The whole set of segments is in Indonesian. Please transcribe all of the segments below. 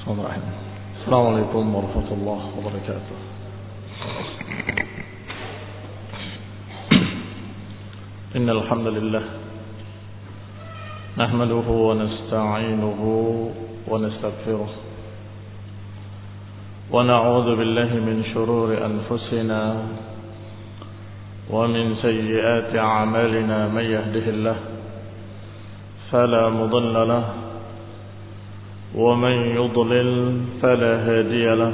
Bismillahirrahmanirrahim. Assalamualaikum warahmatullahi wabarakatuh. Innal hamdalillah nahmaduhu wa nasta'inuhu wa nastaghfiruh wa na'udzu billahi min shururi anfusina wa min sayyiati a'malina may yahdihillah fala mudilla lahu ومن يضلل فلا هادي له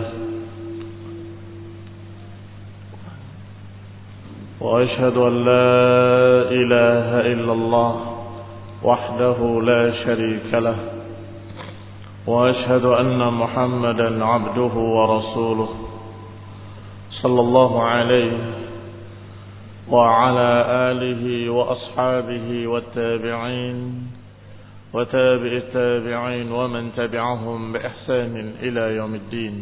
وأشهد أن لا إله إلا الله وحده لا شريك له وأشهد أن محمدا عبده ورسوله صلى الله عليه وعلى آله وأصحابه والتابعين وتابع التابعين ومن تبعهم بإحسان إلى يوم الدين.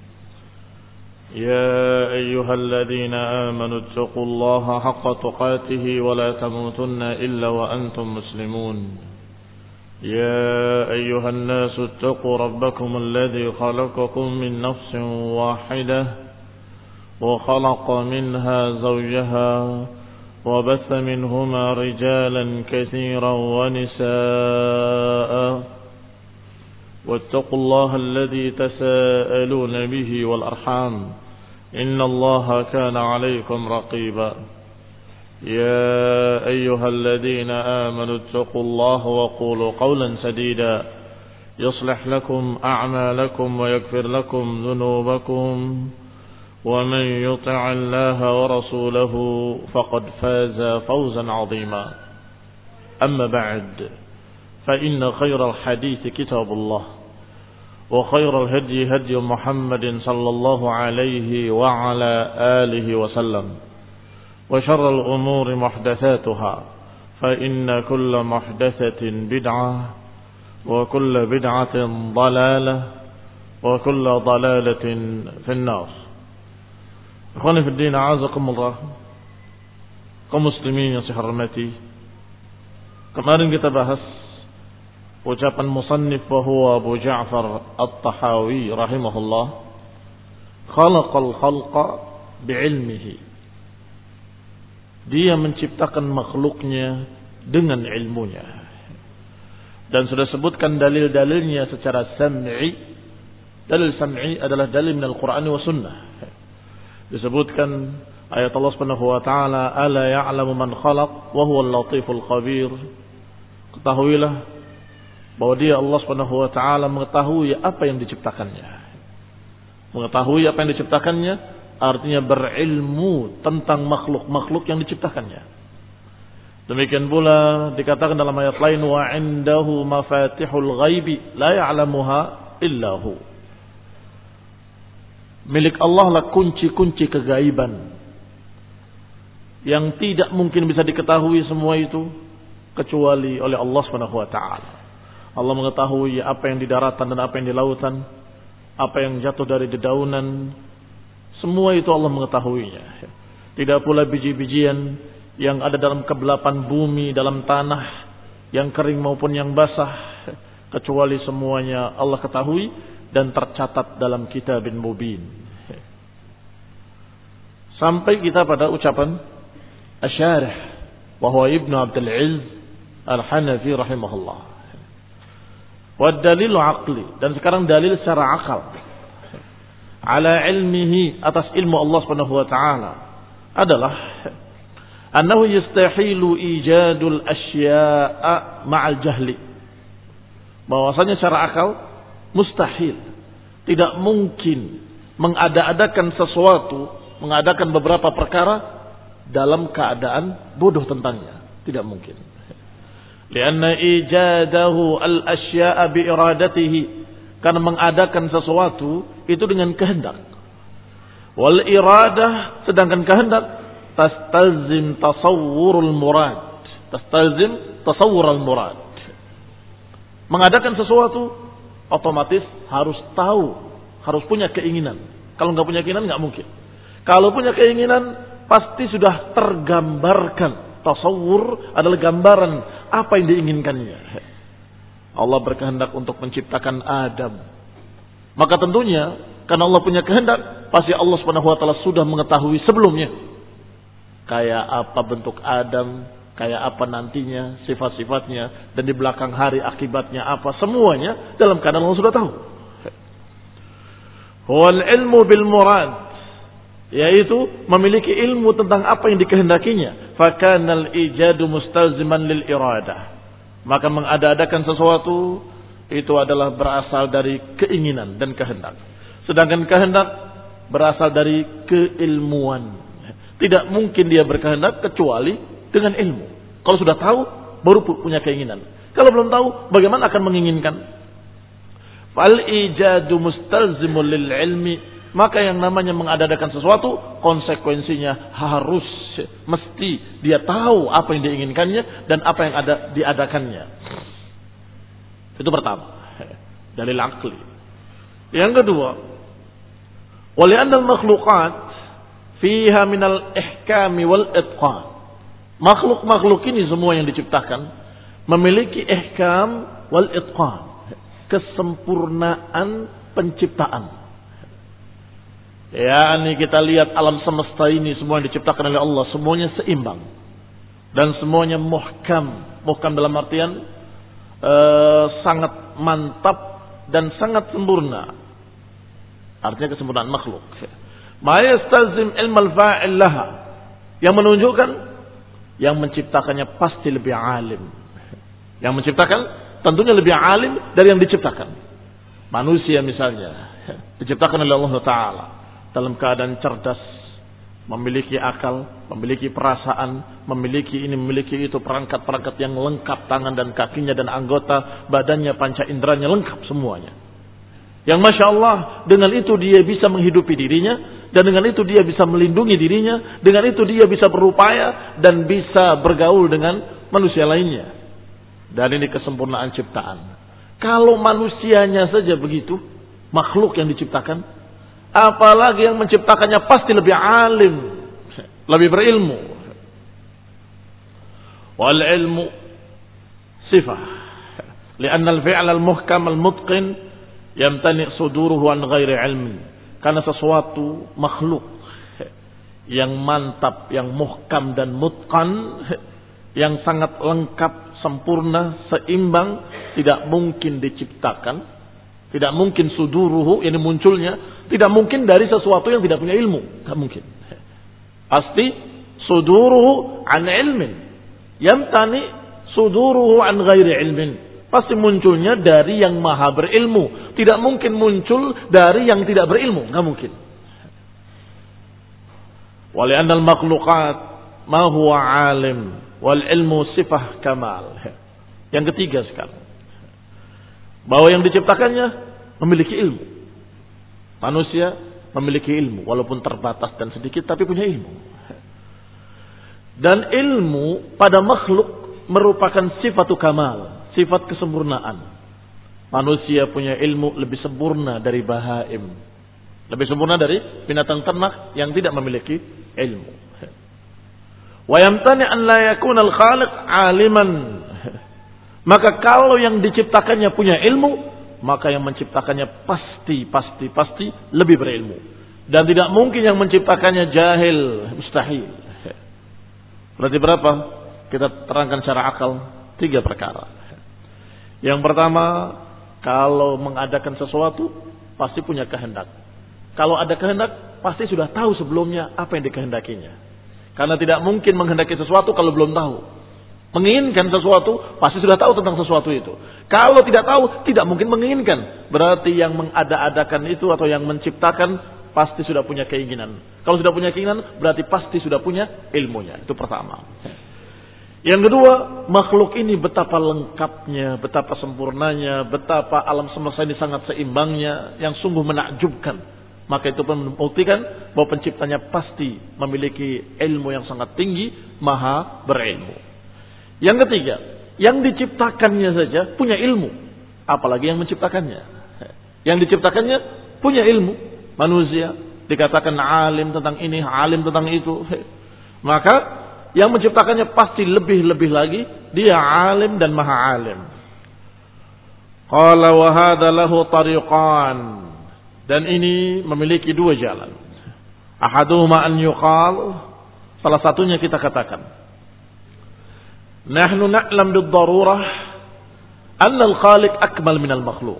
يا أيها الذين آمنوا اتقوا الله حق تقاته ولا تموتن إلا وأنتم مسلمون. يا أيها الناس اتقوا ربكم الذي خلقكم من نفس واحدة وخلق منها زوجها وبث منهما رجالا كثيرا ونساء واتقوا الله الذي تساءلون به والأرحام إن الله كان عليكم رقيبا. يا أيها الذين آمنوا اتقوا الله وقولوا قولا سديدا يصلح لكم أعمالكم ويغفر لكم ذنوبكم ومن يطع الله ورسوله فقد فاز فوزا عظيما. أما بعد فإن خير الحديث كتاب الله وخير الهدي هدي محمد صلى الله عليه وعلى آله وسلم وشر الأمور محدثاتها فإن كل محدثة بدعة وكل بدعة ضلالة وكل ضلالة في النار. Ikhwani fi din, a'azakumullah, kaum muslimin yang saya hormati. Kemarin kita bahas ucapan musannif wa huwa Abu Ja'far At-Tahawi rahimahullah, khalaqal khalqa bi'ilmihi. Dia menciptakan makhluknya dengan ilmunya. Dan sudah sebutkan dalil-dalilnya secara sam'i. Dalil sam'i adalah dalil minal Qur'an wa sunnah. Disebutkan ayat Allah Subhanahu wa taala, ala ya'lamu man khalaq wa huwal latiful khabir. Ketahuilah bahwa dia Allah Subhanahu wa taala mengetahui apa yang diciptakannya. Mengetahui apa yang diciptakannya artinya berilmu tentang makhluk-makhluk yang diciptakannya. Demikian pula dikatakan dalam ayat lain, wa 'indahu mafatihul ghaibi la ya'lamuha illa hu. Milik Allah lah kunci-kunci kegaiban yang tidak mungkin bisa diketahui semua itu kecuali oleh Allah Subhanahu wa taala. Allah mengetahui apa yang di daratan dan apa yang di lautan, apa yang jatuh dari dedaunan, semua itu Allah mengetahuinya. Tidak pula biji-bijian yang ada dalam kegelapan bumi, dalam tanah yang kering maupun yang basah, kecuali semuanya Allah ketahui dan tercatat dalam kitabin mubin. Sampai kita pada ucapan Asy-Syarih wa huwa Ibnu Abdul Izz Al-Hanafi rahimahullah. Wa dalilu aqli, dan sekarang dalil secara akal. Ala ilmihi, atas ilmu Allah Subhanahu wa taala adalah annahu yastahilu ijadul asya'a ma'al jahli. Bahwasanya secara akal mustahil, tidak mungkin mengada-adakan sesuatu, mengadakan beberapa perkara dalam keadaan bodoh tentangnya. Tidak mungkin. Lianna ijadahu al-asya'a biiradatihi, karena mengadakan sesuatu itu dengan kehendak. Wal iradah, sedangkan kehendak tastalzim tasawwurul murad. Tastalzim tasawwurul murad. Mengadakan sesuatu otomatis harus tahu, harus punya keinginan. Kalau nggak punya keinginan nggak mungkin. Kalau punya keinginan pasti sudah tergambarkan. Tasawur adalah gambaran apa yang diinginkannya. Allah berkehendak untuk menciptakan Adam. Maka tentunya karena Allah punya kehendak, pasti Allah Subhanahu wa taala sudah mengetahui sebelumnya. Kayak apa bentuk Adam, kayak apa nantinya, sifat-sifatnya, dan di belakang hari akibatnya apa, semuanya dalam keadaan Allah sudah tahu. Wal ilmu bil murad, yaitu memiliki ilmu tentang apa yang dikehendakinya. Fakanal ijadu mustalziman lil iradah. Maka mengada-adakan sesuatu itu adalah berasal dari keinginan dan kehendak. Sedangkan kehendak berasal dari keilmuan. Tidak mungkin dia berkehendak kecuali dengan ilmu. Kalau sudah tahu, baru punya keinginan. Kalau belum tahu, bagaimana akan menginginkan? Fal ijadu mustalzimul lil ilmi. Maka yang namanya mengada-adakan sesuatu, konsekuensinya harus, mesti dia tahu apa yang diinginkannya dan apa yang ada diadakannya. Itu pertama, dalil akli. Yang kedua, wali'anna al-makhluqat fiha minal ihkami wal itqan. Makhluk-makhluk ini semua yang diciptakan memiliki ihkam wal itqan, kesempurnaan penciptaan. Ya, ini kita lihat alam semesta ini semua yang diciptakan oleh Allah, semuanya seimbang dan semuanya muhkam. Muhkam dalam artian sangat mantap dan sangat sempurna. Artinya kesempurnaan makhluk. Ma yastalzim ilmal fa'il laha, yang menunjukkan yang menciptakannya pasti lebih alim. Yang menciptakan tentunya lebih alim dari yang diciptakan. Manusia misalnya diciptakan oleh Allah Ta'ala dalam keadaan cerdas, memiliki akal, memiliki perasaan, memiliki ini, memiliki itu, perangkat-perangkat yang lengkap, tangan dan kakinya dan anggota badannya, panca inderanya lengkap semuanya. Yang Masya Allah, dengan itu dia bisa menghidupi dirinya, dan dengan itu dia bisa melindungi dirinya, dengan itu dia bisa berupaya dan bisa bergaul dengan manusia lainnya. Dan ini kesempurnaan ciptaan. Kalau manusianya saja begitu, makhluk yang diciptakan, apalagi yang menciptakannya pasti lebih alim, lebih berilmu. Wal ilmu sifah, lianna al-fi'l al-muhkam al-mutqin yamtani suduruhu an ghairi ilmin. Karena sesuatu makhluk yang mantap, yang muhkam dan mutqan, yang sangat lengkap, sempurna, seimbang, tidak mungkin diciptakan, tidak mungkin suduruhu, ini munculnya, tidak mungkin dari sesuatu yang tidak punya ilmu. Tidak mungkin. Pasti suduruhu an ilmin. Yamtani suduruhu an ghairi ilmin. Pasti munculnya dari yang maha berilmu. Tidak mungkin muncul dari yang tidak berilmu. Tidak mungkin. Wali'anna al-makhluqat ma huwa alim. Wal ilmu sifah kamal. Yang ketiga sekarang, bahwa yang diciptakannya memiliki ilmu. Manusia memiliki ilmu, walaupun terbatas dan sedikit, tapi punya ilmu. Dan ilmu pada makhluk merupakan sifatu kamal, sifat kesempurnaan. Manusia punya ilmu lebih sempurna dari bahaim, lebih sempurna dari binatang ternak yang tidak memiliki ilmu. Wa yamtani an la yakuna al-khaliq aliman. Maka kalau yang diciptakannya punya ilmu, maka yang menciptakannya pasti lebih berilmu. Dan tidak mungkin yang menciptakannya jahil, mustahil. Berarti berapa? Kita terangkan secara akal 3 perkara. Yang pertama, kalau mengadakan sesuatu pasti punya kehendak. Kalau ada kehendak, pasti sudah tahu sebelumnya apa yang dikehendakinya. Karena tidak mungkin menghendaki sesuatu kalau belum tahu. Menginginkan sesuatu, pasti sudah tahu tentang sesuatu itu. Kalau tidak tahu, tidak mungkin menginginkan. Berarti yang mengada-adakan itu atau yang menciptakan, pasti sudah punya keinginan. Kalau sudah punya keinginan, berarti pasti sudah punya ilmunya. Itu pertama. Yang kedua, makhluk ini betapa lengkapnya, betapa sempurnanya, betapa alam semesta ini sangat seimbangnya, yang sungguh menakjubkan. Maka itu pun membuktikan bahwa penciptanya pasti memiliki ilmu yang sangat tinggi, maha berilmu. Yang ketiga, yang diciptakannya saja punya ilmu, apalagi yang menciptakannya. Yang diciptakannya punya ilmu. Manusia dikatakan alim tentang ini, alim tentang itu. Maka yang menciptakannya pasti lebih-lebih lagi, dia alim dan maha alim. Qala wa hadha lahu tariqan. Dan ini memiliki dua jalan. Ahaduhuma an yuqal, salah satunya kita katakan, nahnu na'lam bid-darurah anna al-khaliq akmal min al-makhluq.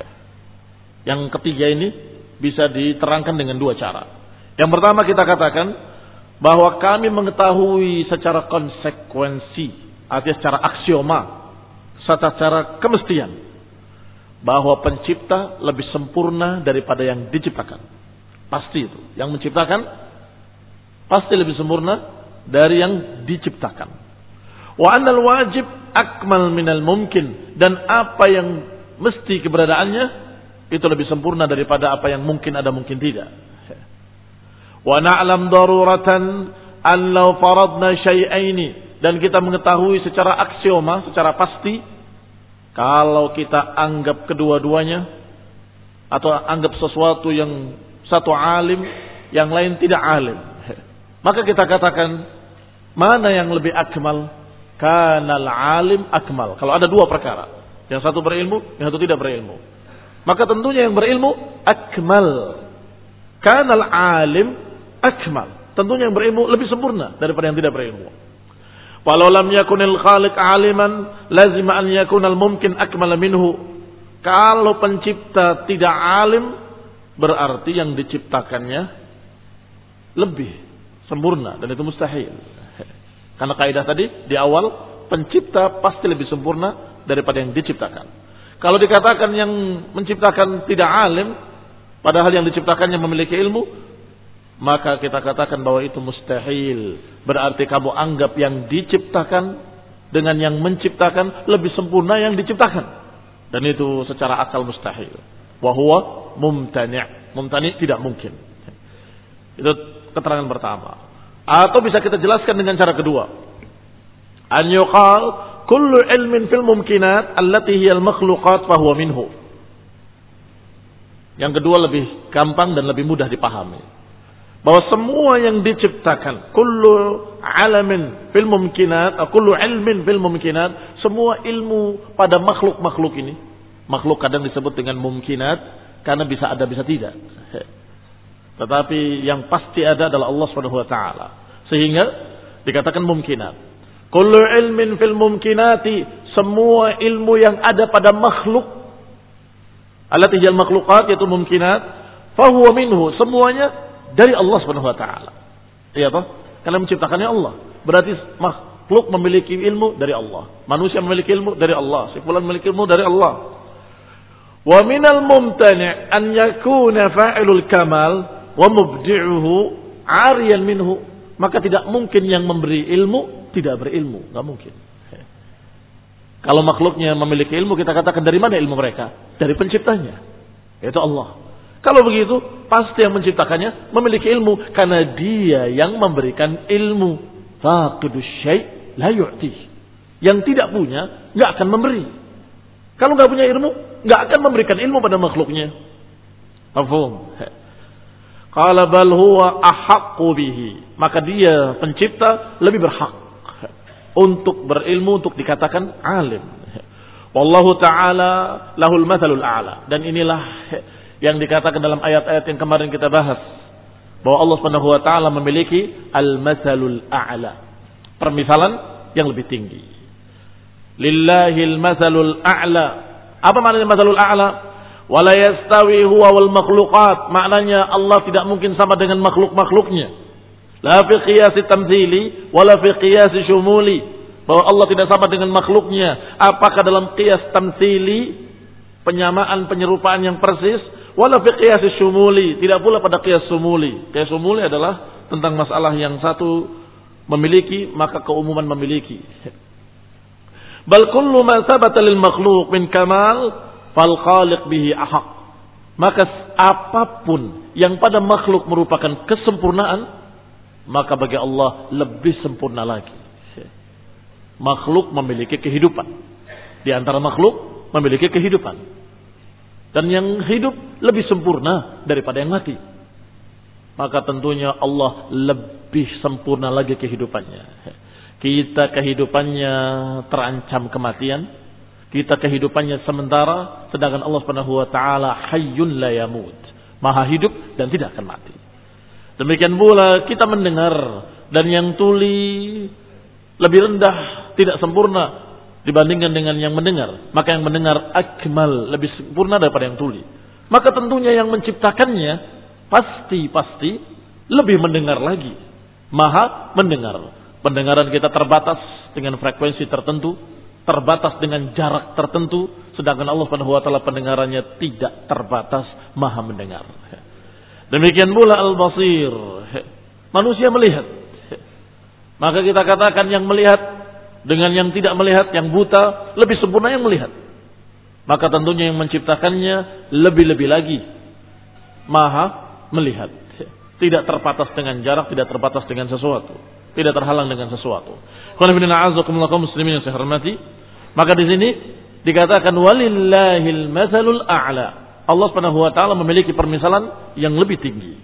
Yang ketiga ini bisa diterangkan dengan dua cara. Yang pertama kita katakan bahwa kami mengetahui secara konsekuensi, artinya secara aksioma, secara kemestian, bahwa pencipta lebih sempurna daripada yang diciptakan. Pasti itu. Yang menciptakan pasti lebih sempurna dari yang diciptakan. Wa annal wajib akmal minal mumkin, dan apa yang mesti keberadaannya itu lebih sempurna daripada apa yang mungkin ada mungkin tidak. Wa na'lam daruratan an law faradna syai'aini, dan kita mengetahui secara aksioma, secara pasti, kalau kita anggap kedua-duanya atau anggap sesuatu yang satu alim, yang lain tidak alim, maka kita katakan mana yang lebih akmal? Kanal alim akmal. Kalau ada dua perkara, yang satu berilmu, yang satu tidak berilmu, maka tentunya yang berilmu akmal. Kanal alim akmal. Tentunya yang berilmu lebih sempurna daripada yang tidak berilmu. Walau lam yakunil khaliq aliman, lazima an yakunal mumkin akmal minhu. Kalau pencipta tidak alim, berarti yang diciptakannya lebih sempurna, dan itu mustahil. Karena kaidah tadi di awal, pencipta pasti lebih sempurna daripada yang diciptakan. Kalau dikatakan yang menciptakan tidak alim, padahal yang diciptakannya memiliki ilmu, maka kita katakan bahwa itu mustahil. Berarti kamu anggap yang diciptakan dengan yang menciptakan lebih sempurna yang diciptakan, dan itu secara akal mustahil. Wa huwa mumtani'. Mumtani' tidak mungkin. Itu keterangan pertama. Atau bisa kita jelaskan dengan cara kedua. An yuqal kullu ilmin fil mumkinat allati hiya al-makhluqat fa huwa minhu. Yang kedua lebih gampang dan lebih mudah dipahami. Bahwa semua yang diciptakan, kullu alamin fil mumkinat, kullu ilmin fil mumkinat, semua ilmu pada makhluk-makhluk ini. Makhluk kadang disebut dengan mumkinat karena bisa ada bisa tidak. Tetapi yang pasti ada adalah Allah Subhanahu wa taala. Sehingga dikatakan mumkinat. Kullu ilmin fil mumkinati, semua ilmu yang ada pada makhluk, allati hiyal makhluqat, yaitu mumkinat, fa huwa minhu, semuanya dari Allah Subhanahu wa taala. Iya toh? Karena menciptakannya Allah. Berarti makhluk memiliki ilmu dari Allah. Manusia memiliki ilmu dari Allah. Si fulan memiliki ilmu dari Allah. Wa minal mumtani' an yakuna fa'ilul kamal wa mubdi'uhu 'ariyan minhu. Maka tidak mungkin yang memberi ilmu tidak berilmu, enggak mungkin. Kalau makhluknya memiliki ilmu, kita katakan dari mana ilmu mereka? Dari penciptanya, yaitu Allah. Kalau begitu, pasti yang menciptakannya memiliki ilmu, karena dia yang memberikan ilmu. Faqidus syai' la yu'ti. Yang tidak punya enggak akan memberi. Kalau enggak punya ilmu, enggak akan memberikan ilmu pada makhluknya. Mafhum? Qala bal huwa ahaqqu bihi. Maka dia pencipta lebih berhak untuk berilmu, untuk dikatakan alim. Wallahu ta'ala lahul mathalul a'la. Dan inilah yang dikatakan dalam ayat-ayat yang kemarin kita bahas, bahwa Allah Subhanahu wa taala memiliki al-mathalul a'la, permisalan yang lebih tinggi. Lillahil mathalul a'la. Apa maknanya mathalul a'la? Wala yastawi huwa wal makhluqat. Maknanya Allah tidak mungkin sama dengan makhluk-makhluknya. La fi qiyas tamthili wala fi qiyas syumuli. Bahwa Allah tidak sama dengan makhluknya. Apakah dalam qiyas tamthili, penyamaan, penyerupaan yang persis, wala fi qiyas syumuli, tidak pula pada qiyas sumuli. Qiyas sumuli adalah tentang masalah yang satu memiliki, maka keumuman memiliki. Bal kullu ma thabata lil makhluq min kamal fal khaliq bihi ahaq. Maka apapun yang pada makhluk merupakan kesempurnaan, maka bagi Allah lebih sempurna lagi. Makhluk memiliki kehidupan. Di antara makhluk memiliki kehidupan. Dan yang hidup lebih sempurna daripada yang mati. Maka tentunya Allah lebih sempurna lagi kehidupannya. Kita kehidupannya terancam kematian. Kita kehidupannya sementara, sedangkan Allah Subhanahu wa taala hayyun la yamut. Maha hidup dan tidak akan mati. Demikian pula kita mendengar, dan yang tuli lebih rendah, tidak sempurna dibandingkan dengan yang mendengar. Maka yang mendengar akmal, lebih sempurna daripada yang tuli. Maka tentunya yang menciptakannya pasti lebih mendengar lagi. Maha mendengar. Pendengaran kita terbatas dengan frekuensi tertentu, terbatas dengan jarak tertentu, sedangkan Allah Subhanahu wa taala pendengarannya tidak terbatas, Maha mendengar. Demikian pula al-basir. Manusia melihat. Maka kita katakan yang melihat dengan yang tidak melihat, yang buta, lebih sempurna yang melihat. Maka tentunya yang menciptakannya lebih-lebih lagi Maha melihat. Tidak terbatas dengan jarak, tidak terbatas dengan sesuatu, tidak terhalang dengan sesuatu. Muslimin yang saya hormati, maka di sini dikatakan walillahil matsalul a'la. Allah Subhanahu wa taala memiliki permisalan yang lebih tinggi.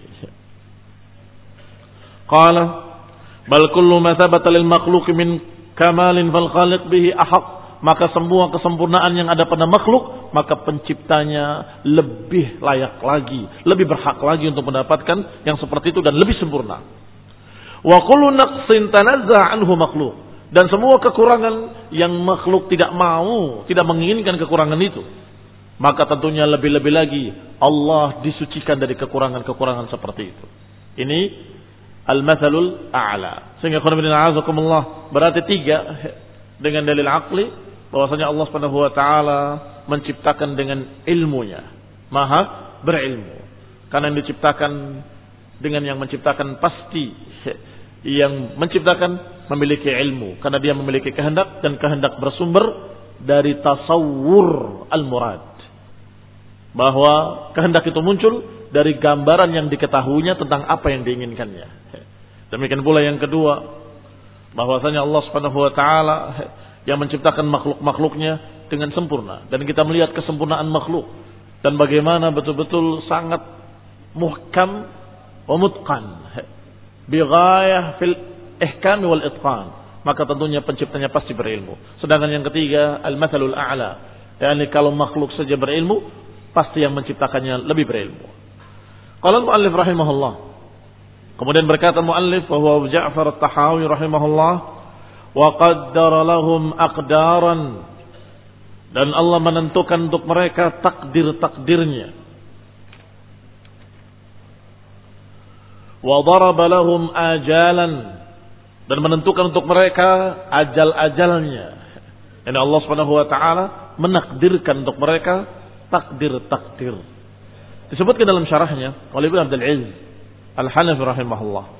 Qala bal kullu ma thabata lil makhluq min kamalin fal khaliq bihi ahaq. Maka semua kesempurnaan yang ada pada makhluk, maka penciptanya lebih layak lagi, lebih berhak lagi untuk mendapatkan yang seperti itu dan lebih sempurna. Wa kullu naqsin tanazza'a anhu makhluk. Dan semua kekurangan yang makhluk tidak mau, tidak menginginkan kekurangan itu, maka tentunya lebih-lebih lagi Allah disucikan dari kekurangan-kekurangan seperti itu. Ini al-matsalul a'la. Sehingga berarti 3 dengan dalil akli bahwasanya Allah Subhanahu wa taala menciptakan dengan ilmunya, Maha berilmu. Karena yang diciptakan dengan yang menciptakan pasti yang menciptakan memiliki ilmu, karena dia memiliki kehendak, dan kehendak bersumber dari tasawwur al-murad. Bahwa kehendak itu muncul dari gambaran yang diketahuinya tentang apa yang diinginkannya. Demikian pula yang kedua, bahwasanya Allah Subhanahu wa taala yang menciptakan makhluk-makhluknya dengan sempurna, dan kita melihat kesempurnaan makhluk dan bagaimana betul-betul sangat muhkam wa mutqan bi ghayah fil ihkam wal itqan, maka tentunya penciptanya pasti berilmu. Sedangkan yang ketiga al-matsalul a'la, yakni kalau makhluk saja berilmu, pasti yang menciptakannya lebih berilmu. Qala al-muallif rahimahullah, kemudian berkata muallif wa huwa Ja'far at-Tahawi rahimahullah, wa qaddara lahum aqdaran, dan Allah menentukan untuk mereka takdir-takdirnya. Wa daraba lahum ajalan, dan menentukan untuk mereka ajal-ajalnya. Dan Allah Subhanahu wa taala menakdirkan untuk mereka takdir-takdir. Disebutkan dalam syarahnya oleh Ibnu Abdul Aziz Al-Hanafi rahimahullah.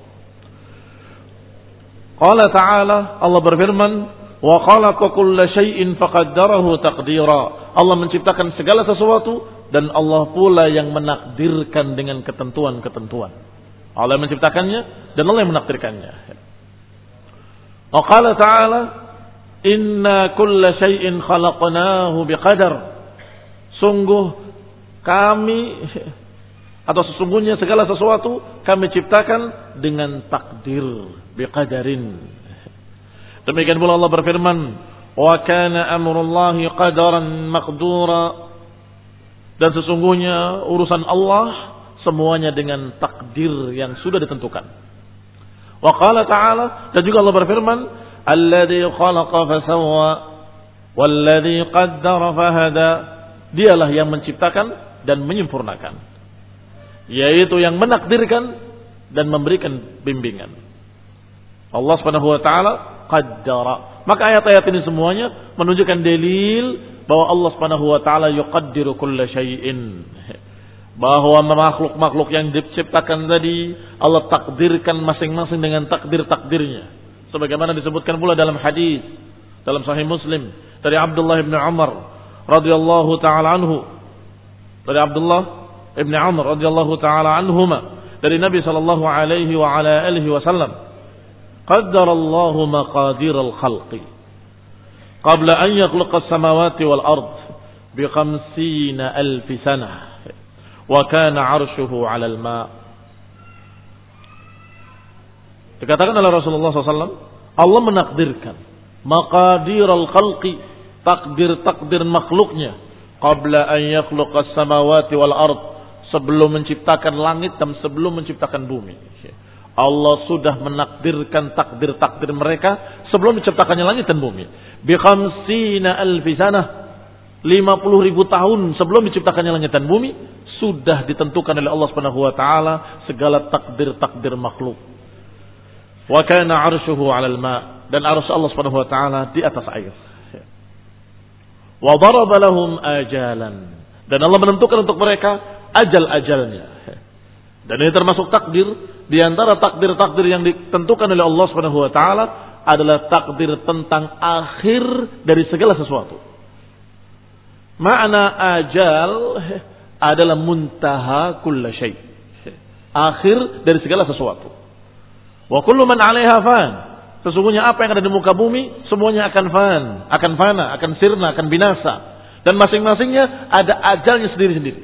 Qala ta'ala, Allah berfirman, wa khalaqa kulla syai'in faqaddarahu taqdira. Allah menciptakan segala sesuatu dan Allah pula yang menakdirkan dengan ketentuan-ketentuan. Allah yang menciptakannya dan Allah yang menakdirkannya. Wa qala ta'ala, inna kulla syai'in khalaqnahu biqadar. Sungguh kami, atau sesungguhnya segala sesuatu kami ciptakan dengan takdir, biqadarin. Demikian pula Allah berfirman, wa kana amrullahi qadaran maqdura, dan sesungguhnya urusan Allah semuanya dengan takdir yang sudah ditentukan. Wa qala ta'ala, dan juga Allah berfirman, alladzi khalaqa fasawwa walladzi qaddara fahada. Dialah yang menciptakan dan menyempurnakan, yaitu yang menakdirkan dan memberikan bimbingan. Allah Subhanahu wa taala qaddara. Maka ayat-ayat ini semuanya menunjukkan dalil bahwa Allah Subhanahu wa taala yuqaddiru kulla syai'in. Bahwa makhluk-makhluk yang diciptakan tadi Allah takdirkan masing-masing dengan takdir-takdirnya. Sebagaimana disebutkan pula dalam hadis dalam Sahih Muslim dari Abdullah bin Umar radhiyallahu taala anhu, dari Abdullah Ibn Umar radhiyallahu taala anhuma, dari Nabi sallallahu alaihi wa ala alihi wasallam, qaddarallahu maqadir al-khalqi qabla an yakhluqa as-samawati wal ard bi 50,000 sanah wa kana 'arshuhu 'ala al-ma'. Dikatakan oleh Rasulullah SAW, Allah menakdirkan maqadir al-khalqi, takdir-takdir makhluknya, qabla an yakhluqa as-samawati wal ard, sebelum menciptakan langit dan sebelum menciptakan bumi. Allah sudah menakdirkan takdir-takdir mereka sebelum diciptakannya langit dan bumi. Bi khamsina alfi sanah, 50.000 tahun sebelum diciptakannya langit dan bumi sudah ditentukan oleh Allah Subhanahu wa taala segala takdir-takdir makhluk. Wa kana 'arshuhu 'alal ma', dan arsy Allah Subhanahu wa taala di atas air. Wa daraba lahum ajalan, dan Allah menentukan untuk mereka ajal-ajalnya. Dan ini termasuk takdir. Di antara takdir-takdir yang ditentukan oleh Allah Subhanahu wa taala adalah takdir tentang akhir dari segala sesuatu. Makna ajal adalah muntaha kulla syai', akhir dari segala sesuatu. Wa kullu man 'alaiha fan, sesungguhnya apa yang ada di muka bumi semuanya akan fana, akan sirna, akan binasa, dan masing-masingnya ada ajalnya sendiri-sendiri.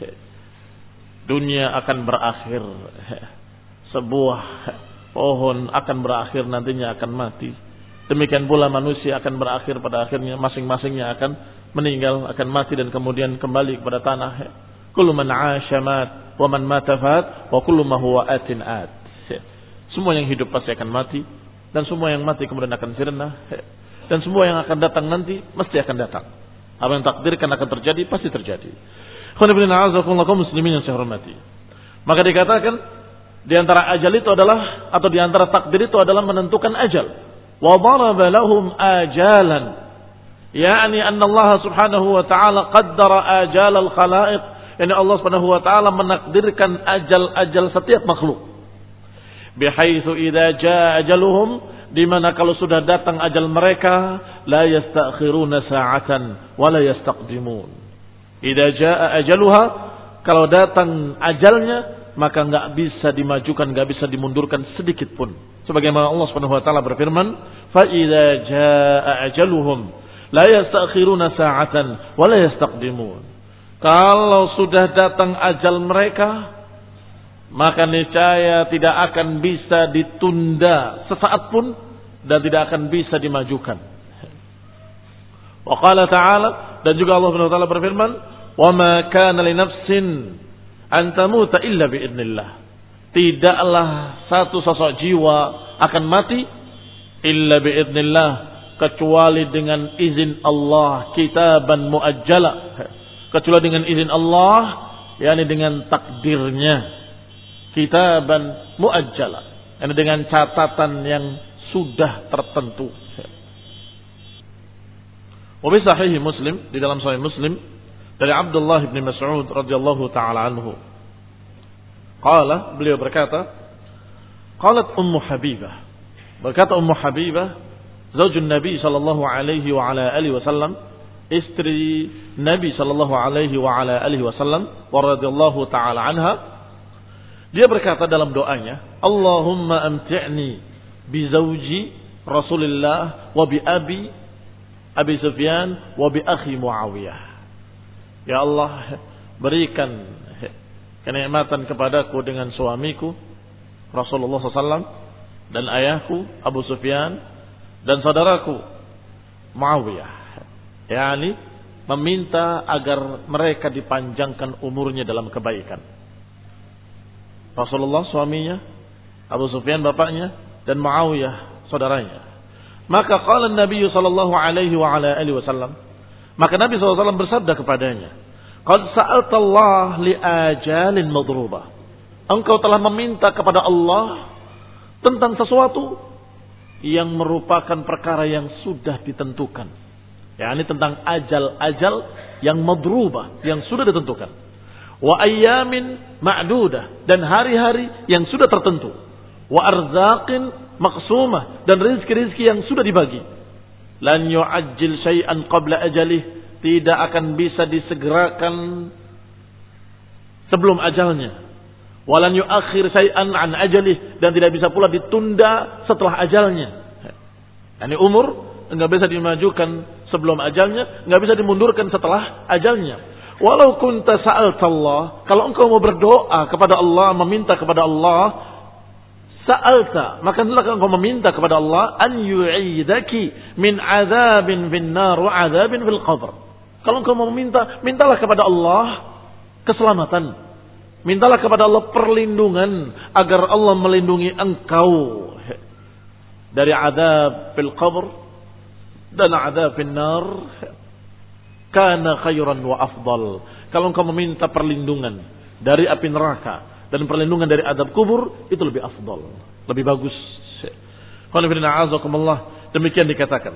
Dunia akan berakhir, sebuah pohon akan berakhir nantinya akan mati. Demikian pula manusia akan berakhir pada akhirnya, masing-masingnya akan meninggal, akan mati dan kemudian kembali kepada tanah. Kullu man 'asha mat wa man mata fat wa kullu ma huwa atin at. Semua yang hidup pasti akan mati, dan semua yang mati kemudian akan sirna, dan semua yang akan datang nanti mesti akan datang. Apa yang takdirkan akan terjadi pasti terjadi. Muslimin yang saya hormati. Maka dikatakan di antara ajal itu adalah, atau di antara takdir itu adalah menentukan ajal. Wa daraba lahum ajalan, yakni anna Allah Subhanahu wa taala qaddara ajal al-khalaiq, yani Allah Subhanahu wa taala menakdirkan ajal-ajal setiap makhluk. Bihaitsu idza jaa ajaluhum, di mana kalau sudah datang ajal mereka, la yastakhiruna sa'atan wa la yastaqdimun. Idza jaa ajaluha, kalau datang ajalnya maka enggak bisa dimajukan, enggak bisa dimundurkan sedikit pun. Sebagaimana Allah Subhanahu wa taala berfirman, fa idza jaa ajaluhum la yastakhiruna sa'atan wa la yastaqdimun. Kalau sudah datang ajal mereka, maka niscaya tidak akan bisa ditunda sesaat pun dan tidak akan bisa dimajukan. Wa qala ta'ala, dan juga Allah Subhanahu wa taala berfirman, wa ma kana li nafsin an tamuta illa bi idznillah. Tidaklah satu sosok jiwa akan mati illa bi idznillah, kecuali dengan izin Allah, kitaban muajjala, kecuali dengan izin Allah, yakni dengan takdirnya, kitaban muajjala, yakni dengan catatan yang sudah tertentu. Wa bi sahih Muslim, di dalam sahih Muslim dari Abdullah bin Mas'ud radhiyallahu taala anhu, qala, beliau berkata, qalat Ummu Habibah, berkata Ummu Habibah, zaujun Nabi sallallahu alaihi wa ala alihi wasallam, istri Nabi sallallahu alaihi wa ala alihi wasallam wa radhiyallahu taala anha, dia berkata dalam doanya, Allahumma amti'ni bi zauji Rasulillah wa bi Abi Sufyan wa bi akhi Muawiyah. Ya Allah, berikan kenikmatan kepadaku dengan suamiku Rasulullah SAW dan ayahku Abu Sufyan dan saudaraku Muawiyah. Yani meminta agar mereka dipanjangkan umurnya dalam kebaikan. Rasulullah suaminya, Abu Sufyan bapaknya, dan Muawiyah saudaranya. Maka qala Nabi sallallahu alaihi wa ala alihi wasallam, maka Nabi SAW bersabda kepadanya, qad sa'alta Allah li ajalin madrubah. Engkau telah meminta kepada Allah tentang sesuatu yang merupakan perkara yang sudah ditentukan. yakni tentang ajal-ajal yang madrubah, yang sudah ditentukan. Wa ayyamin ma'dudah, dan hari-hari yang sudah tertentu. Wa arzaqin maqsumah, dan rezeki-rezeki yang sudah dibagi. Lan yu'ajjil syai'an qabla ajalih, tidak akan bisa disegerakan sebelum ajalnya. Walan yu'akhir syai'an an ajalih, dan tidak bisa pula ditunda setelah ajalnya. Yani umur enggak bisa dimajukan sebelum ajalnya, enggak bisa dimundurkan setelah ajalnya. Walau kunta sa'altallah, kalau engkau mau berdoa kepada Allah, meminta kepada Allah, sa'alta, maka hendaklah engkau meminta kepada Allah an yu'idaki min azabin fin nar wa azabin fil qabr. Kalau engkau mau meminta, mintalah kepada Allah keselamatan Mintalah kepada Allah perlindungan agar Allah melindungi engkau dari azab fil qabr dan azab fil nar. Kana khairan wa afdal. Kalau engkau meminta perlindungan dari api neraka dan perlindungan dari azab kubur, itu lebih afdal, lebih bagus. Demikian dikatakan.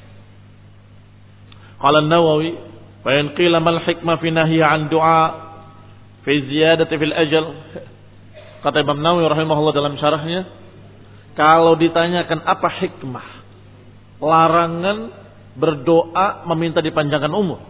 Qala An-Nawawi, "Fa in qila mal hikmah fi nahyi an du'a fi ziyadati fil ajal." Kata Imam Nawawi rahimahullah dalam syarahnya, kalau ditanyakan apa hikmah larangan berdoa meminta dipanjangkan umur,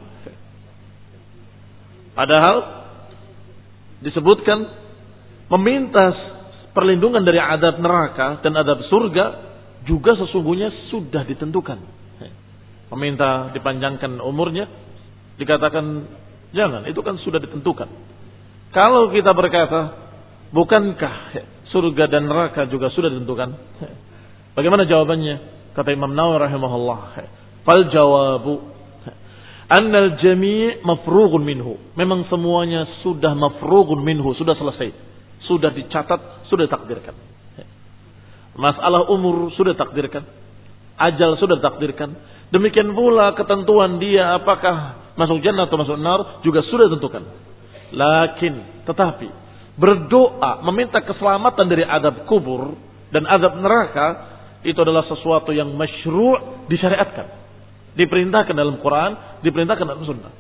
padahal disebutkan meminta perlindungan dari azab neraka dan azab surga juga sesungguhnya sudah ditentukan. Meminta dipanjangkan umurnya dikatakan jangan, itu kan sudah ditentukan. Kalau kita berkata, bukankah surga dan neraka juga sudah ditentukan? Bagaimana jawabannya? Kata Imam Nawawi rahimahullah, fal jawabu annal jami' mafrughun minhu. Memang semuanya sudah mafrughun minhu, sudah selesai. Sudah dicatat, sudah ditakdirkan. Masalah umur sudah ditakdirkan. Ajal sudah ditakdirkan. Demikian pula ketentuan dia apakah masuk jannah atau masuk nar juga sudah ditentukan. Tetapi berdoa meminta keselamatan dari azab kubur dan azab neraka itu adalah sesuatu yang masyru', disyariatkan, diperintahkan dalam Quran, diperintahkan dalam sunnah.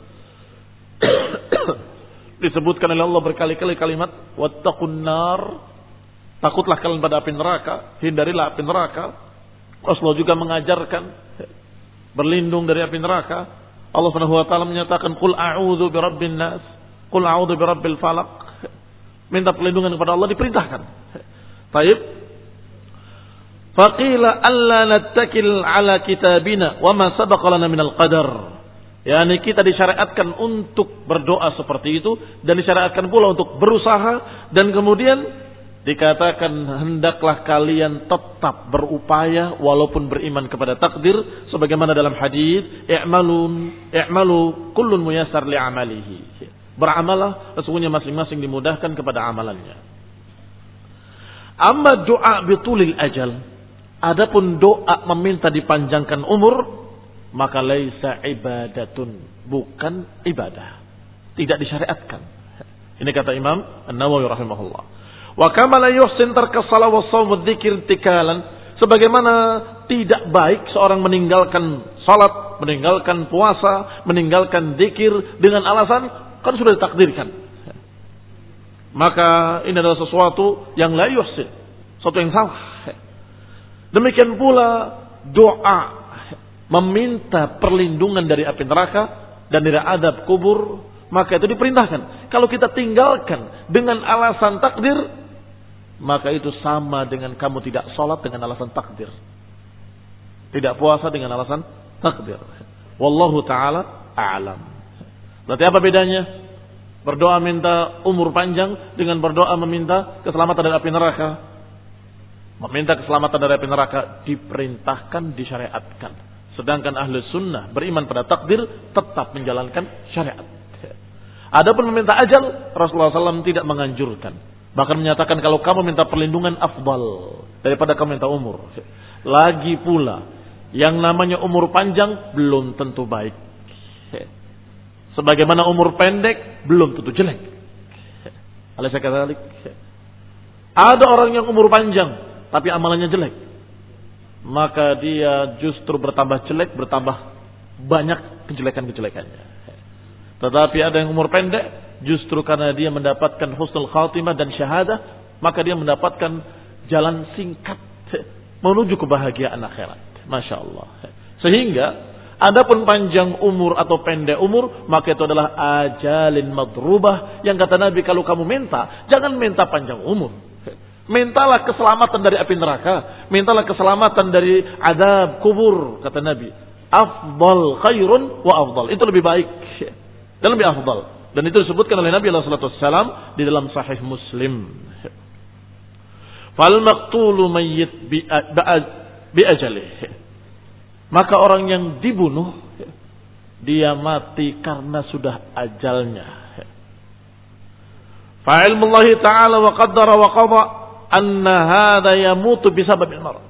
Disebutkan oleh Allah berkali-kali kalimat wattaqun nar, takutlah kalian pada api neraka, hindarilah api neraka. Rasulullah juga mengajarkan berlindung dari api neraka. Allah Subhanahu wa taala menyatakan qul a'udzu birabbin nas, qul a'udzu birabbil falaq. Minta perlindungan kepada Allah diperintahkan. Baik. Faqila alla nattakil ala kitabina wa ma sabaqa lana minal qadar. Yani kita disyariatkan untuk berdoa seperti itu dan disyariatkan pula untuk berusaha, dan kemudian dikatakan hendaklah kalian tetap berupaya walaupun beriman kepada takdir, sebagaimana dalam hadis i'malu kullun muyassar li'amalihi. Beramalah, sesungguhnya masing-masing dimudahkan kepada amalannya. Amma doa bitulil ajal, adapun doa meminta dipanjangkan umur, maka laisa ibadatun, bukan ibadah, tidak disyariatkan. Ini kata Imam An-Nawawi rahimahullah. Wa kama la yuhsin tarka shalah wa shaum wa dzikr tikalan, sebagaimana tidak baik seorang meninggalkan salat, meninggalkan puasa, meninggalkan zikir dengan alasan kan sudah ditakdirkan. Maka ini adalah sesuatu yang la yuhsin, sesuatu yang salah. Demikian pula doa meminta perlindungan dari api neraka dan dari azab kubur, maka itu diperintahkan. Kalau kita tinggalkan dengan alasan takdir, maka itu sama dengan kamu tidak sholat dengan alasan takdir, tidak puasa dengan alasan takdir. Wallahu ta'ala a'lam. Berarti apa bedanya berdoa minta umur panjang dengan berdoa meminta keselamatan dari api neraka? Meminta keselamatan dari api neraka diperintahkan, disyariatkan. Sedangkan ahli sunnah beriman pada takdir, tetap menjalankan syariat. Adapun meminta ajal, Rasulullah SAW tidak menganjurkan. Bahkan menyatakan kalau kamu minta perlindungan afdal daripada kamu minta umur. Lagi pula, yang namanya umur panjang belum tentu baik. Sebagaimana umur pendek belum tentu jelek. Alaysa kadzalik? Ada orang yang umur panjang tapi amalannya jelek, maka dia justru bertambah jelek, bertambah banyak kejelekan-kejelekannya. Tetapi ada yang umur pendek, justru karena dia mendapatkan husnul khatimah dan syahadah, maka dia mendapatkan jalan singkat menuju kebahagiaan akhirat. Masya Allah. Sehingga adapun panjang umur atau pendek umur, maka itu adalah ajalin madrubah, yang kata Nabi kalau kamu minta, jangan minta panjang umur. Mintalah keselamatan dari api neraka, mintalah keselamatan dari azab kubur, kata Nabi. Afdal khairun wa afdal. Itu lebih baik dan lebih afdal. Dan itu disebutkan oleh Nabi sallallahu alaihi wasallam di dalam Sahih Muslim. Fal maqtulu mayyit bi ajalih. Maka orang yang dibunuh, dia mati karena sudah ajalnya. Fa ilmullahi ta'ala wa qaddara wa qada anna hadha yamutu bisababil marad.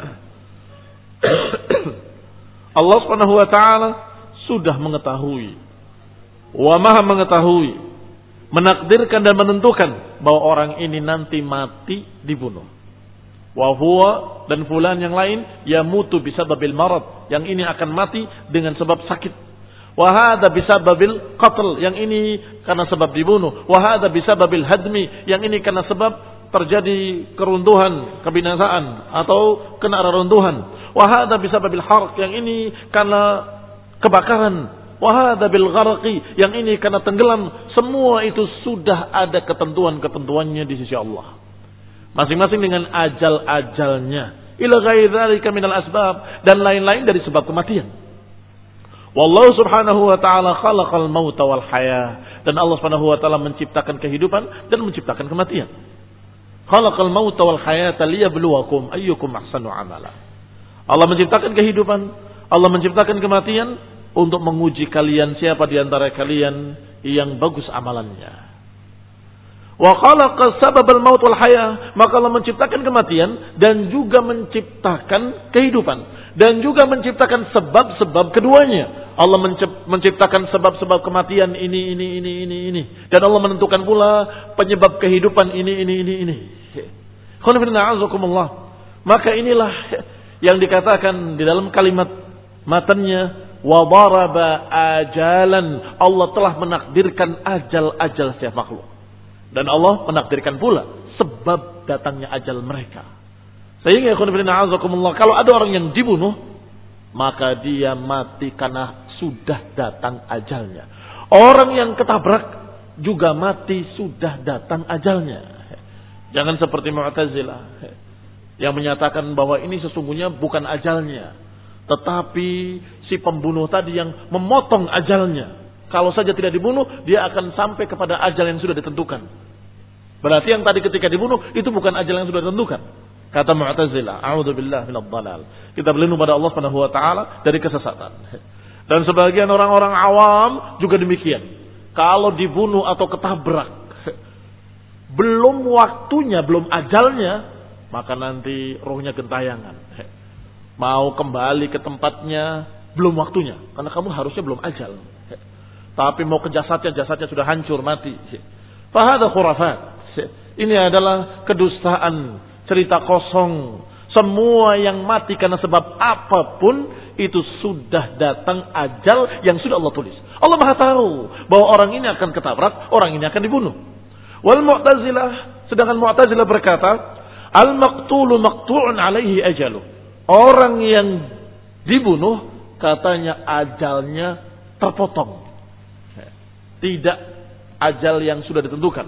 Allah Subhanahu wa taala sudah mengetahui, wa maha mengetahui, menakdirkan dan menentukan bahwa orang ini nanti mati dibunuh. Wa huwa, dan fulan yang lain, yamutu bisababil marad, yang ini akan mati dengan sebab sakit. Wa hadza bisababil qatl, yang ini karena sebab dibunuh. Wa hadza bisababil hadmi, yang ini karena sebab terjadi keruntuhan, kebinasaan atau kena reruntuhan. Wa hadza bisababil harq, yang ini karena kebakaran. Wa hadza bil gharqi, yang ini karena tenggelam. Semua itu sudah ada ketentuan-ketentuannya di sisi Allah. Masing-masing dengan ajal-ajalnya. Ila ghairi dzalika minal asbab, dan lain-lain dari sebab kematian. Wallahu subhanahu wa ta'ala khalaqal mauta wal haya, dan Allah Subhanahu wa ta'ala menciptakan kehidupan dan menciptakan kematian. Khalaqal mauta wal hayata liyabluwakum ayyukum ahsanu amala. Allah menciptakan kehidupan, Allah menciptakan kematian untuk menguji kalian, siapa di antara kalian yang bagus amalannya. Wa khalaqa sababal maut wal haya, maka Allah menciptakan kematian dan juga menciptakan kehidupan dan juga menciptakan sebab-sebab keduanya. Allah menciptakan sebab-sebab kematian ini dan Allah menentukan pula penyebab kehidupan ini. Maka inilah yang dikatakan di dalam kalimat matanya, wa daraba ajalan, Allah telah menakdirkan ajal-ajal setiap makhluk. Dan Allah menakdirkan pula sebab datangnya ajal mereka. Sehingga kalau ada orang yang dibunuh, maka dia mati karena sudah datang ajalnya. Orang yang ketabrak juga mati sudah datang ajalnya. Jangan seperti Mu'tazilah yang menyatakan bahwa ini sesungguhnya bukan ajalnya, tetapi si pembunuh tadi yang memotong ajalnya. Kalau saja tidak dibunuh, dia akan sampai kepada ajal yang sudah ditentukan. Berarti yang tadi ketika dibunuh, itu bukan ajal yang sudah ditentukan. Kata Mu'tazilah, a'udzubillah minadh dhalal. Kita berlindung pada Allah Subhanahu wa taala dari kesesatan. Dan sebagian orang-orang awam juga demikian. Kalau dibunuh atau ketabrak, belum waktunya, belum ajalnya, maka nanti rohnya gentayangan. Mau kembali ke tempatnya, belum waktunya. Karena kamu harusnya belum ajal. Tapi mau ke jasadnya sudah hancur, mati. Fahada khurafat. Ini adalah kedustaan, cerita kosong. Semua yang mati karena sebab apapun, itu sudah datang ajal yang sudah Allah tulis. Allah Maha tahu bahwa orang ini akan ketabrak, orang ini akan dibunuh. Wal Mu'tazilah, sedangkan Mu'tazilah berkata, al-maqtulu maqtu'un alaihi ajalu. Orang yang dibunuh, katanya ajalnya terpotong. Tidak ajal yang sudah ditentukan.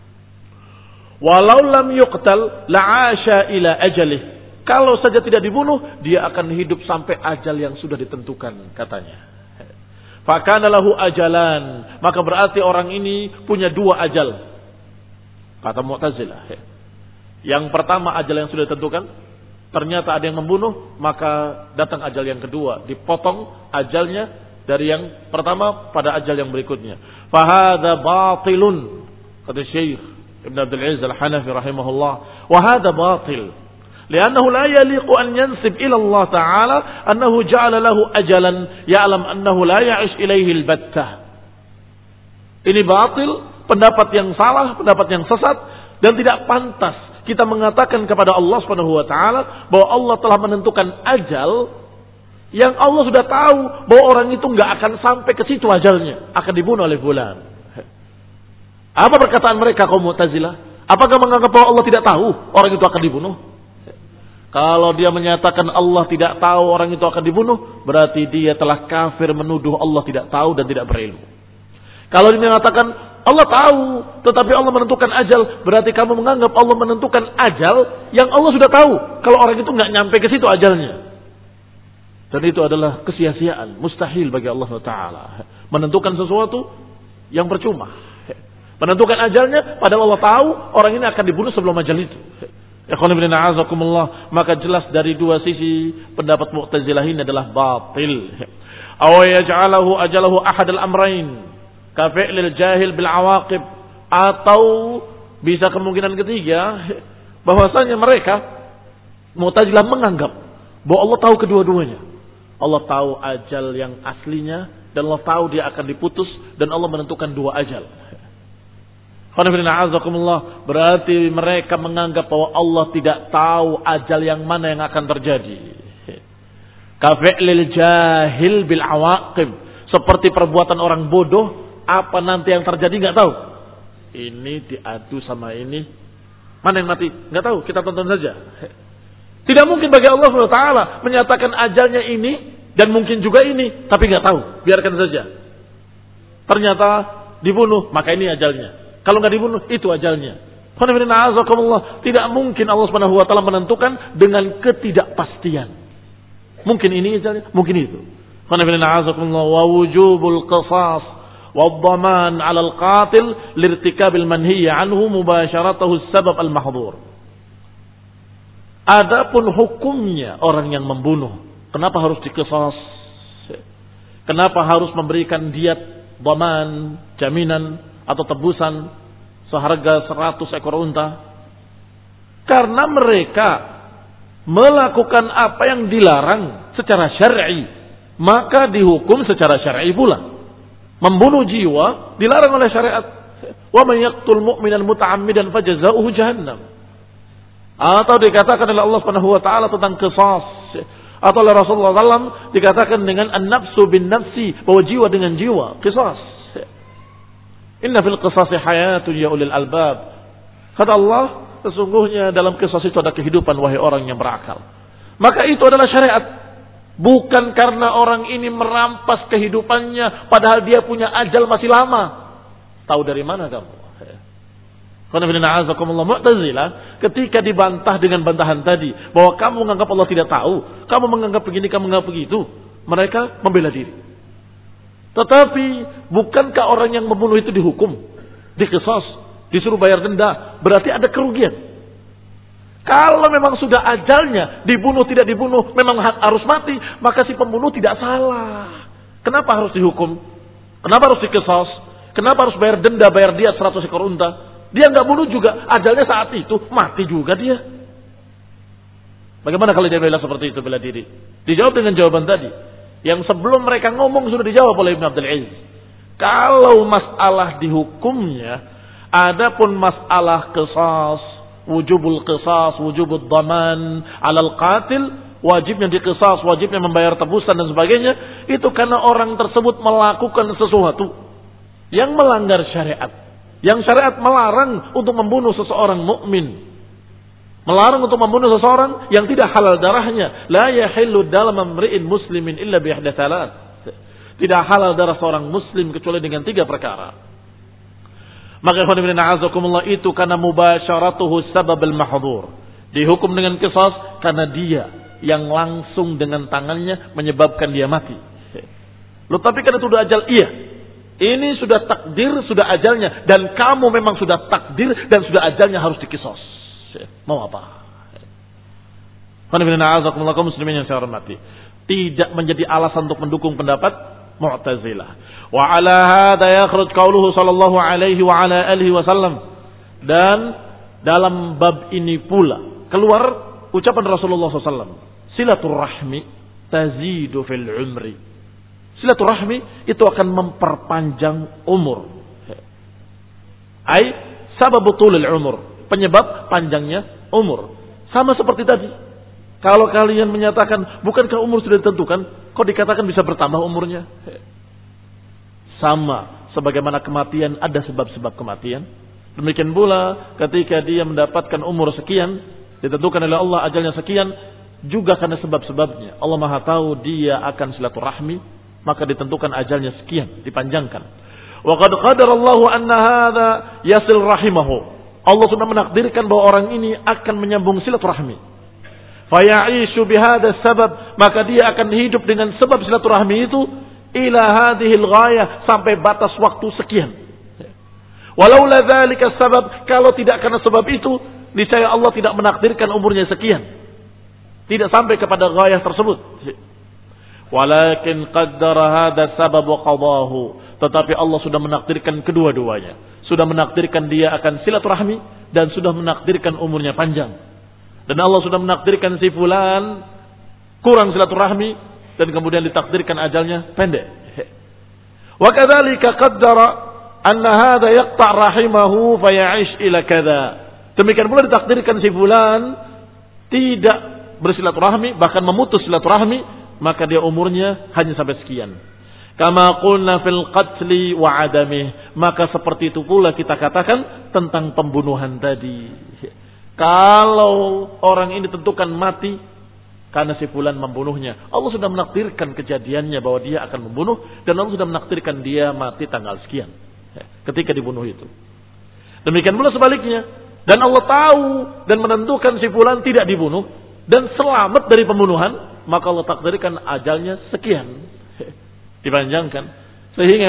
Walau lam yuqtal la'asha ila ajalih. Kalau saja tidak dibunuh, dia akan hidup sampai ajal yang sudah ditentukan, katanya. Fakana lahu ajalan, maka berarti orang ini punya dua ajal. Kata Mu'tazilah. Yang pertama ajal yang sudah ditentukan, ternyata ada yang membunuh, maka datang ajal yang kedua, dipotong ajalnya dari yang pertama pada ajal yang berikutnya. Fahada batilun, kata Syekh Ibn Abdul Aziz Al-Hanafi rahimahullah. Wahada batil, liannahu la yaliqu an yansib ila Allah Ta'ala annahu ja'ala lahu ajalan ya'lam annahu la ya'ish ilaihi al-battah. Ini batil, pendapat yang salah, pendapat yang sesat, dan tidak pantas kita mengatakan kepada Allah Subhanahu wa taala bahwa Allah telah menentukan ajal yang Allah sudah tahu bahwa orang itu enggak akan sampai ke situ ajalnya, akan dibunuh oleh fulan. Apa perkataan mereka kaum Mu'tazilah? Apakah menganggap bahwa Allah tidak tahu orang itu akan dibunuh? Kalau dia menyatakan Allah tidak tahu orang itu akan dibunuh, berarti dia telah kafir menuduh Allah tidak tahu dan tidak berilmu. Kalau dia mengatakan Allah tahu, tetapi Allah menentukan ajal, berarti kamu menganggap Allah menentukan ajal yang Allah sudah tahu kalau orang itu enggak nyampe ke situ ajalnya. Dan itu adalah kesia-siaan, mustahil bagi Allah Ta'ala menentukan sesuatu yang percuma. Menentukan ajalnya, padahal Allah tahu orang ini akan dibunuh sebelum ajal itu. Maka jelas dari dua sisi pendapat Mu'tazilah ini adalah batil. Aw yaj'alahu ajalahu ahad al-amrayn ka fi'lil jahil bil awaqib, atau Bisa kemungkinan ketiga, bahwasanya mereka Mu'tazilah menganggap bahwa Allah tahu kedua-duanya. Allah tahu ajal yang aslinya dan Allah tahu dia akan diputus dan Allah menentukan dua ajal. Berarti mereka menganggap bahwa Allah tidak tahu ajal yang mana yang akan terjadi. Kafi'lil jahil bil awaqib. Seperti perbuatan orang bodoh, apa nanti yang terjadi nggak tahu. Ini diadu sama ini. Mana yang mati? Nggak tahu, kita tonton saja. Tidak mungkin bagi Allah SWT menyatakan ajalnya ini dan mungkin juga ini, tapi nggak tahu. Biarkan saja. Ternyata dibunuh, maka ini ajalnya. Kalau nggak dibunuh, itu ajalnya. Tidak mungkin Allah SWT menentukan dengan ketidakpastian. Mungkin ini ajalnya, mungkin itu. Wa wujubul qisas wa dhaman 'ala al-qatil lirtikabil manhiy 'anhu mubasharatahu as-sabab al-mahdhur. Adapun hukumnya orang yang membunuh, kenapa harus diqisas? Kenapa harus memberikan diat, dhaman, jaminan atau tebusan seharga 100 ekor unta? Karena mereka melakukan apa yang dilarang secara syar'i, maka dihukum secara syar'i pula. Membunuh jiwa dilarang oleh syariat. Wa man yaqtul mu'minan muta'ammidan fajazauhu jahannam. Atau dikatakan oleh Allah Subhanahu wa taala tentang qisas. Atau oleh Rasulullah SAW dikatakan dengan an-nafsu bin nafsi, bahwa jiwa dengan jiwa, qisas. Inna fil qisasi hayatun ya ulil albab. Kata Allah, sesungguhnya dalam qisas itu ada kehidupan wahai orang yang berakal. Maka itu adalah syariat. Bukan karena orang ini merampas kehidupannya padahal dia punya ajal masih lama. Tahu dari mana kamu? Mu'tazilah ketika dibantah dengan bantahan tadi bahwa kamu menganggap Allah tidak tahu, kamu menganggap begini, kamu menganggap begitu, mereka membela diri. Tetapi bukankah orang yang membunuh itu dihukum, diqisas, disuruh bayar denda, berarti ada kerugian. Kalau memang sudah ajalnya, dibunuh tidak dibunuh, memang harus mati, maka si pembunuh tidak salah. Kenapa harus dihukum? Kenapa harus diqisas? Kenapa harus bayar denda, bayar diat 100 ekor unta? Dia nggak bunuh juga, ajalnya saat itu, mati juga dia. Bagaimana kalau dia bela seperti itu, bela diri? Dijawab dengan jawaban tadi. Yang sebelum mereka ngomong sudah dijawab oleh Ibn Abdul Aziz. Kalau masalah dihukumnya, adapun masalah qisas, wujubul qisas, wujubul dhaman 'alal qatil, wajibnya diqisas, wajibnya membayar tebusan dan sebagainya, itu karena orang tersebut melakukan sesuatu yang melanggar syariat. Yang syariat melarang untuk membunuh seseorang mukmin. Melarang untuk membunuh seseorang yang tidak halal darahnya. La yahillu dalam amri'in muslimin illa bi ihda thalath. Tidak halal darah seorang muslim kecuali dengan 3 perkara. Maka ikhwan fillah a'azakumullah, itu karena mubasyaratuhu sababul mahdhur. Dihukum dengan qisas karena dia yang langsung dengan tangannya menyebabkan dia mati. Loh, tapi kan itu sudah ajal. Iya. Ini sudah takdir, sudah ajalnya, dan kamu memang sudah takdir dan sudah ajalnya harus diqisas. Mau apa? Kaum muslimin yang saya hormati, tidak menjadi alasan untuk mendukung pendapat Mu'tazilah. Wa ala hadza yakhruj qauluhu sallallahu alaihi wa ala alihi wasallam. Dan dalam bab ini pula keluar ucapan Rasulullah SAW, silaturahmi tazidu fil umri. Silaturahmi itu akan memperpanjang umur. Ai sababu tulil umur, penyebab panjangnya umur. Sama seperti tadi. Kalau kalian menyatakan bukankah umur sudah ditentukan, kok dikatakan bisa bertambah umurnya? Sama sebagaimana kematian ada sebab-sebab kematian. Demikian pula ketika dia mendapatkan umur sekian, ditentukan oleh Allah ajalnya sekian, juga karena sebab-sebabnya. Allah Maha tahu dia akan silaturahmi, maka ditentukan ajalnya sekian, dipanjangkan. Wa qad qadarallahu anna hadza yasil rahimahu. Allah sudah menakdirkan bahwa orang ini akan menyambung silaturahmi. Fa ya'ishu bihadza sabab, maka dia akan hidup dengan sebab silaturahmi itu ila hadhil ghayah, sampai batas waktu sekian. Walaula dzalika sabab, kalau tidak karena sebab itu, niscaya Allah tidak menakdirkan umurnya sekian. Tidak sampai kepada ghayah tersebut. Walakin qaddara hadha sabab wa qadahu. Tetapi Allah sudah menakdirkan kedua-duanya. sudah menakdirkan dia akan silaturahmi dan sudah menakdirkan umurnya panjang. Dan Allah sudah menakdirkan si fulan kurang silaturahmi dan kemudian ditakdirkan ajalnya pendek. Wa kadzalika qaddara anna hadha yaqta' rahimahu faya'ish ila kadza. Demikian pula ditakdirkan si fulan tidak bersilaturahmi, bahkan memutus silaturahmi, maka dia umurnya hanya sampai sekian. Kama qulna fil qatli wa adamih, maka seperti itu pula kita katakan tentang pembunuhan tadi. Kalau orang ini ditentukan mati karena si fulan membunuhnya, Allah sudah menakdirkan kejadiannya bahwa dia akan membunuh, dan Allah sudah menakdirkan dia mati tanggal sekian ketika dibunuh itu. Demikian pula sebaliknya, dan Allah tahu dan menentukan si fulan tidak dibunuh dan selamat dari pembunuhan, maka Allah takdirkan ajalnya sekian, dipanjangkan. Sehingga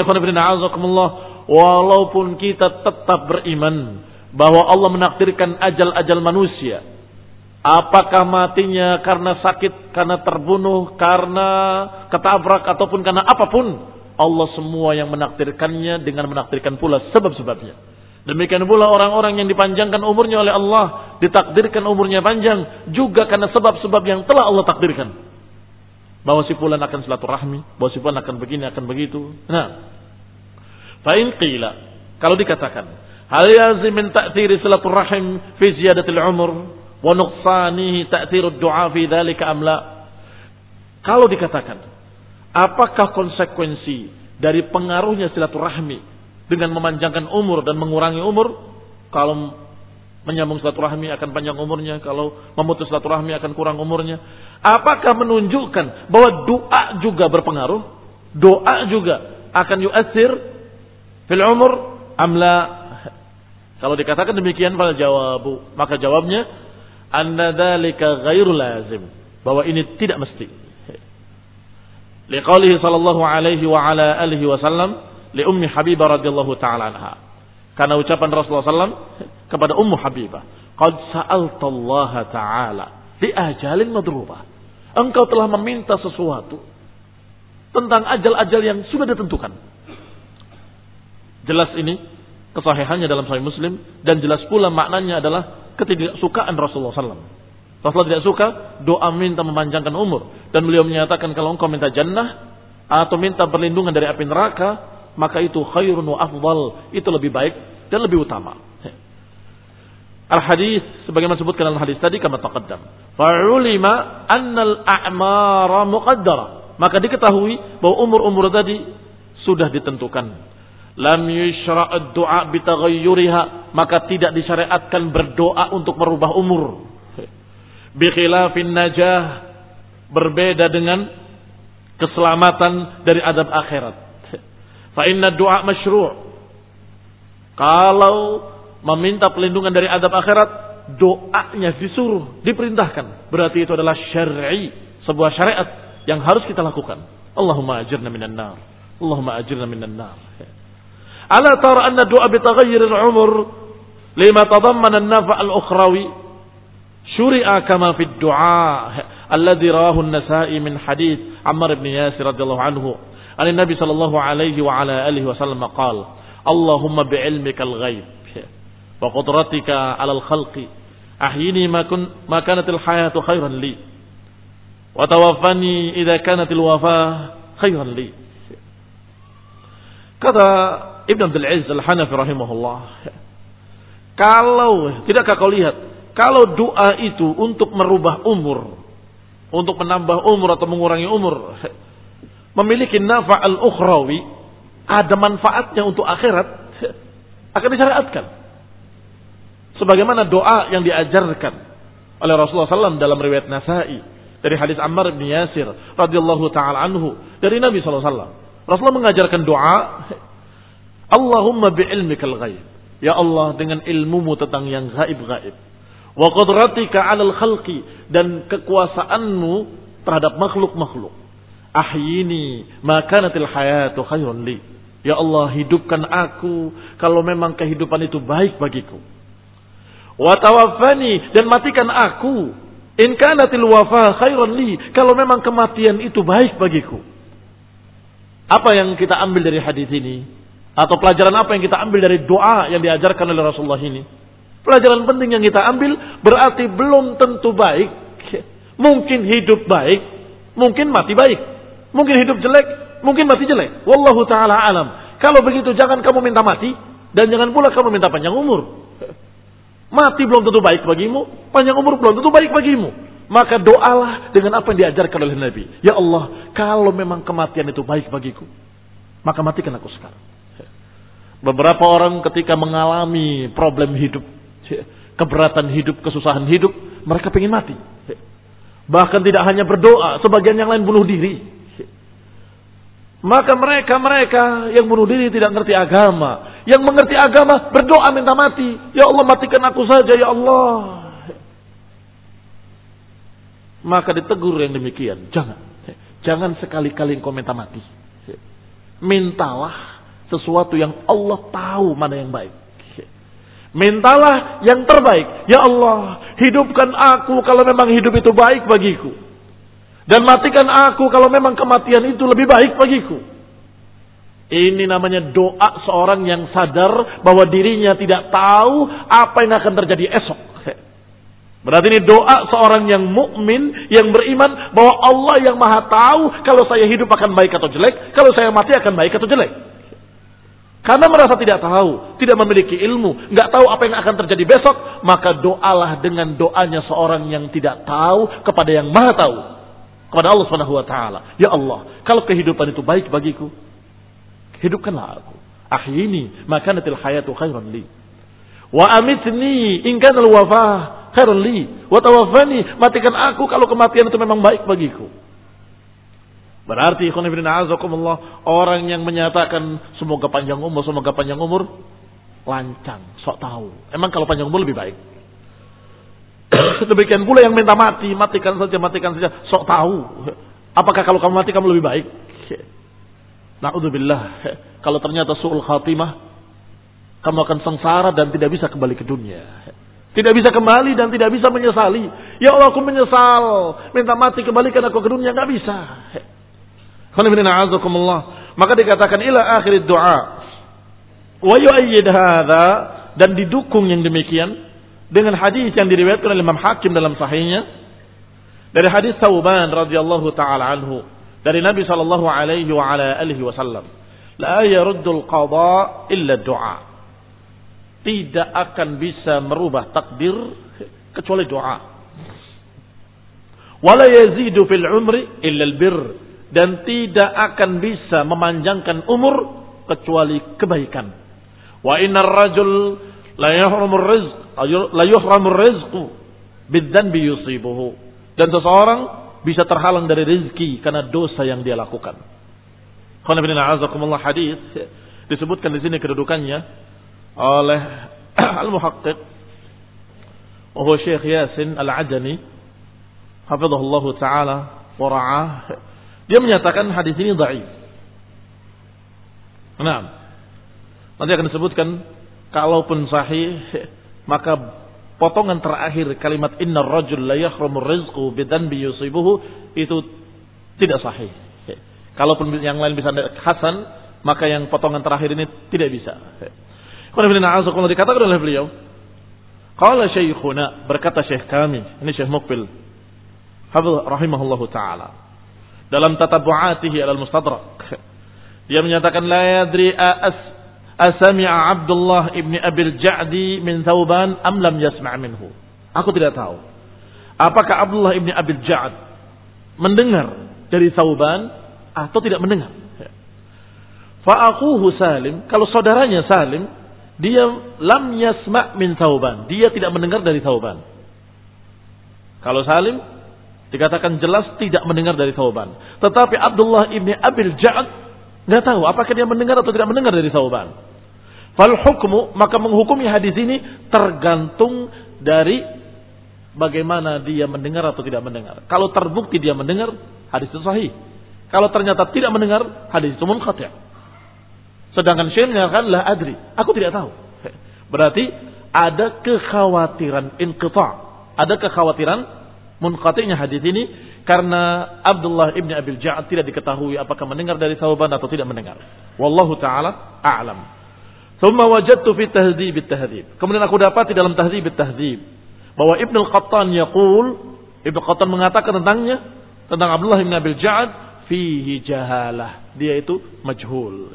walaupun kita tetap beriman bahwa Allah menakdirkan ajal-ajal manusia, apakah matinya karena sakit, karena terbunuh, karena ketabrak, ataupun karena apapun, Allah semua yang menakdirkannya dengan menakdirkan pula sebab-sebabnya. Demikian pula orang-orang yang dipanjangkan umurnya oleh Allah, ditakdirkan umurnya panjang juga karena sebab-sebab yang telah Allah takdirkan. Bahwa si fulan akan silaturahmi, bahwa si fulan akan begini, akan begitu. Nah, fa in qila, kalau dikatakan, hal yazim min ta'thiri silaturahim fi ziyadatil umur wa nuqsanihi ta'thirud du'a fi dzalika am la? Kalau dikatakan, apakah konsekuensi dari pengaruhnya silaturahmi dengan memanjangkan umur dan mengurangi umur? Kalau menyambung silaturahmi akan panjang umurnya, kalau memutus silaturahmi akan kurang umurnya. Apakah menunjukkan bahwa doa juga berpengaruh? Doa juga akan yu'athir fil umur amla? Kalau dikatakan demikian, fal jawabu, maka jawabnya anna dzalika ghairu lazim, bahwa ini tidak mesti. Liqaulihi sallallahu alaihi wa ala alihi wasallam li ummi Habibah radhiyallahu taala anha. Karena ucapan Rasulullah sallam kepada Ummu Habibah, qad sa'alta Allah taala li ajalin madrubah. Engkau telah meminta sesuatu tentang ajal-ajal yang sudah ditentukan. Jelas ini kesahihannya dalam Sahih Muslim, dan jelas pula maknanya adalah ketidaksukaan Rasulullah sallam. Rasulullah tidak suka doa minta memanjangkan umur, dan beliau menyatakan kalau engkau minta jannah atau minta perlindungan dari api neraka, maka itu khairun wa afdal, itu lebih baik dan lebih utama. Al-hadis sebagaimana disebutkan dalam hadis tadi kama taqaddam. Fa'ulima annal a'mara muqaddara, maka diketahui bahwa umur-umur tadi sudah ditentukan. Lam yusra' ad-du'a bi taghayyuriha, maka tidak disyariatkan berdoa untuk merubah umur. Bi khilafin najah, berbeda dengan keselamatan dari adab akhirat. Fa inna du'a masyru'. Kalau meminta perlindungan dari adab akhirat, doanya disuruh, diperintahkan. Berarti itu adalah syar'i, sebuah syariat yang harus kita lakukan. Allahumma ajirna minan nar. Allahumma ajirna minan nar. Ala tara anna du'a bi taghayyur al-umur lima tadammana an-nafa' al-ukhrawi syuri'a kama fi ad-du'a alladhi rawahu an-Nasa'i min hadits Ammar ibn Yasir radhiyallahu anhu. An-Nabi sallallahu alaihi wa ala alihi wasallam qala, Allahumma bi'ilmikal ghaib wa qudratika 'alal khalqi ahyini ma kanatil hayatu khairan li wa tawaffani idza kanatil wafah khairan li. Kata Ibn Abdul Aziz Al-Hanafi rahimahullah, kalau tidakkah kau lihat, kalau doa itu untuk merubah umur, untuk menambah umur atau mengurangi umur, memiliki nafa' al-ukhrawi, ada manfaatnya untuk akhirat, akan disyariatkan. Sebagaimana doa yang diajarkan oleh Rasulullah SAW dalam riwayat Nasa'i dari hadis Ammar bin Yasir radhiyallahu taala anhu dari Nabi SAW. Rasulullah mengajarkan doa, Allahumma bi'ilmikal ghaib, ya Allah dengan ilmumu tentang yang gaib-gaib, wa qudratika 'alal khalqi, dan kekuasaanmu terhadap makhluk-makhluk, ahyini ma kanatil hayatu khairun li, ya Allah hidupkan aku kalau memang kehidupan itu baik bagiku, wa tawaffani, dan matikan aku in kanatil wafa khairun li, kalau memang kematian itu baik bagiku. Apa yang kita ambil dari hadis ini? Atau pelajaran apa yang kita ambil dari doa yang diajarkan oleh Rasulullah ini? Pelajaran penting yang kita ambil berarti belum tentu baik. Mungkin hidup baik, mungkin mati baik. Mungkin hidup jelek, mungkin mati jelek. Wallahu ta'ala alam. Kalau begitu jangan kamu minta mati dan jangan pula kamu minta panjang umur. Mati belum tentu baik bagimu, panjang umur belum tentu baik bagimu. Maka doalah dengan apa yang diajarkan oleh Nabi. Ya Allah, kalau memang kematian itu baik bagiku, maka matikan aku sekarang. Beberapa orang ketika mengalami problem hidup, keberatan hidup, kesusahan hidup, mereka ingin mati. Bahkan tidak hanya berdoa, sebagian yang lain bunuh diri. Maka mereka yang bunuh diri tidak mengerti agama. Yang mengerti agama berdoa minta mati. Ya Allah, matikan aku saja ya Allah. Maka ditegur yang demikian. Jangan sekali-kali engkau minta mati. Mintalah sesuatu yang Allah tahu mana yang baik. Mintalah yang terbaik. Ya Allah, hidupkan aku kalau memang hidup itu baik bagiku. Dan matikan aku kalau memang kematian itu lebih baik bagiku. Ini namanya doa seorang yang sadar bahwa dirinya tidak tahu apa yang akan terjadi esok. Berarti ini doa seorang yang mukmin, yang beriman bahwa Allah yang maha tahu kalau saya hidup akan baik atau jelek, kalau saya mati akan baik atau jelek. Karena merasa tidak tahu, tidak memiliki ilmu, nggak tahu apa yang akan terjadi besok, maka doalah dengan doanya seorang yang tidak tahu kepada yang maha tahu, kepada Allah Subhanahu wa taala. Ya Allah, kalau kehidupan itu baik bagiku, hidupkanlah aku. Ahyini makanatil hayatu khairan li. Wa amitni in kana al-wafah khairan li. Wa tawaffani, matikan aku kalau kematian itu memang baik bagiku. Berarti ikhwan fillah azakumullah, orang yang menyatakan semoga panjang umur, lancang, sok tahu. Emang kalau panjang umur lebih baik. Demikian pula yang minta mati, matikan saja, sok tahu. Apakah kalau kamu mati kamu lebih baik? Na'udzubillah. Kalau ternyata su'ul khatimah, kamu akan sengsara dan tidak bisa kembali ke dunia. Tidak bisa kembali dan tidak bisa menyesali. Ya Allah, aku menyesal, minta mati, kembalikan aku ke dunia, enggak bisa. Maka dikatakan ila akhir doa. Wa yu'ayyid hadza, dan didukung yang demikian dengan hadis yang diriwayatkan oleh Imam Hakim dalam sahihnya dari hadis Thauban radhiyallahu taala anhu dari Nabi sallallahu alaihi wa ala alihi wasallam, la yaruddul qada illa du'a. Tidak akan bisa merubah takdir kecuali doa. Wala yazidu fil umri illa al birr, dan tidak akan bisa memanjangkan umur kecuali kebaikan. Wa innar rajul la yuhramur rizqu bidzanbi yusibuhu, dan seseorang bisa terhalang dari rezeki karena dosa yang dia lakukan. Qul inna a'azakumullah, hadis disebutkan di sini kedudukannya oleh al-muhaqqiq wa huwa Syekh Yasin Al-Adani hafizahullah taala wa ra'ah. Dia menyatakan hadis ini dhaif. Nah, nanti akan disebutkan kalaupun sahih, maka potongan terakhir kalimat innar rajul la yahramur rizqu bidzanbi yusibuhu itu tidak sahih. Kalaupun yang lain bisa hasan, maka yang potongan terakhir ini tidak bisa. Qul dikatakan oleh beliau, qala syekhuna, berkata syekh kami, ini Syekh Muqbil hafizah rahimahullahu taala, dalam tatabu'atihi al-mustadrak, dia menyatakan la yadri asami'a Abdullah ibn Abil Ja'di min Thauban am lam yasma' minhu. Aku tidak tahu apakah Abdullah ibn Abil Ja'd mendengar dari Thauban atau tidak mendengar. Fa aquhu Salim, kalau saudaranya Salim, dia lam yasma' min Thauban, dia tidak mendengar dari Thauban. Kalau Salim dikatakan jelas tidak mendengar dari Thauban. Tetapi Abdullah ibn Abil Ja'd enggak tahu apakah dia mendengar atau tidak mendengar dari Thauban. Fal hukmu, maka menghukumi hadis ini tergantung dari bagaimana dia mendengar atau tidak mendengar. Kalau terbukti dia mendengar, hadis itu sahih. Kalau ternyata tidak mendengar, hadis itu munqati'. Sedangkan Syekh menyatakan la adri, aku tidak tahu. Berarti ada kekhawatiran inqita', ada kekhawatiran Munqati'nya hadis ini karena Abdullah ibn Abil Ja'ad tidak diketahui apakah mendengar dari Thauban atau tidak mendengar. Wallahu taala a'lam. Tsumma wajadtu fi tahdhib at-tahdhib. Kemudian aku dapati dalam tahdhib at-tahdhib bahwa Ibnu Al-Qattan Ibnu Qattan mengatakan tentangnya, tentang Abdullah ibn Abil Ja'ad, fihi jahalah. Dia itu majhul.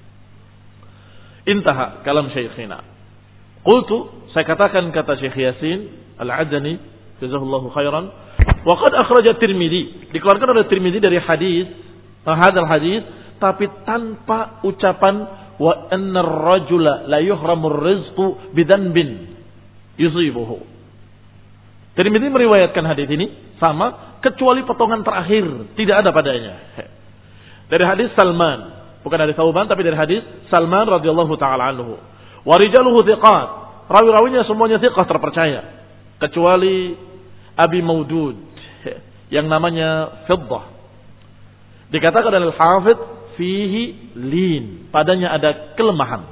Intaha kalam syekhina. Qultu, saya katakan kata Syekh Yasin Al-Adani, jazahullahu khairan, wa qad akhraja Tirmidzi, dikeluarkan oleh Tirmidzi dari hadis, hadal hadis, tapi tanpa ucapan wa anna ar-rajula la yuhramur rizqu bidanbin yusibuhu. Tirmidzi meriwayatkan hadis ini sama kecuali potongan terakhir, tidak ada padanya. Dari hadis Salman, bukan dari Thauban tapi dari hadis Salman radhiyallahu taala anhu. Wa rijaluhu thiqat, rawi-rawinya semuanya thiqah, terpercaya, kecuali Abi Maudud yang namanya Fiddah. Dikatakan oleh Al-Hafidz fihi lin, padanya ada kelemahan.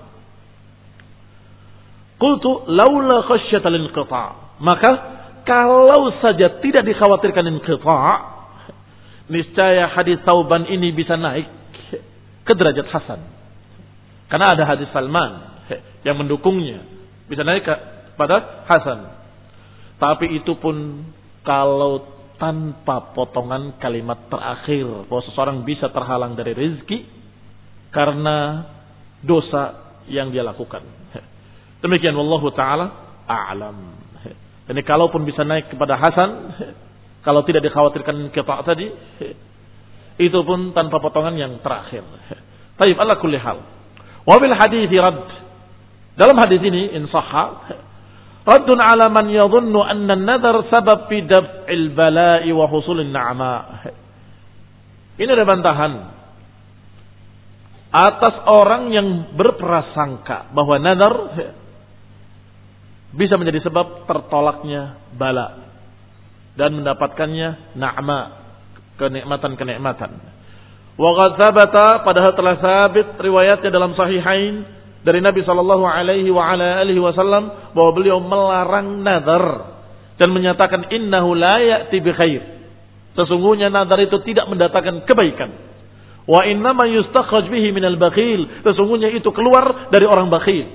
Qultu laula khasyata al-inqita', maka kalau saja tidak dikhawatirkan inqita', niscaya hadis Thauban ini bisa naik ke derajat hasan. Karena ada hadis Salman yang mendukungnya, bisa naik pada hasan. Tapi itu pun kalau tanpa potongan kalimat terakhir bahwa seseorang bisa terhalang dari rezeki karena dosa yang dia lakukan. Demikian wallahu taala a'lam. Jadi kalaupun bisa naik kepada hasan, kalau tidak dikhawatirkan qita' tadi, itu pun tanpa potongan yang terakhir. Baik, ala kulli hal. Wa bil hadits rad. Dalam hadis ini in sahha raddun ala man yadhunnu anna an-nadhar sabab fi daf'il bala'i wa husulin na'ma. Ini ada bantahan atas orang yang berprasangka bahwa nadhar bisa menjadi sebab tertolaknya bala dan mendapatkannya na'ma, kenikmatan-kenikmatan. Wa qad thabata, padahal telah sabit riwayatnya dalam sahihain dari Nabi sallallahu alaihi wa ala alihi wasallam bahwa beliau melarang nazar dan menyatakan innahu la ya'ti bi khair. Sesungguhnya nazar itu tidak mendatangkan kebaikan. Wa innama yustakhraj bihi minal bakhil. Sesungguhnya itu keluar dari orang bakhil.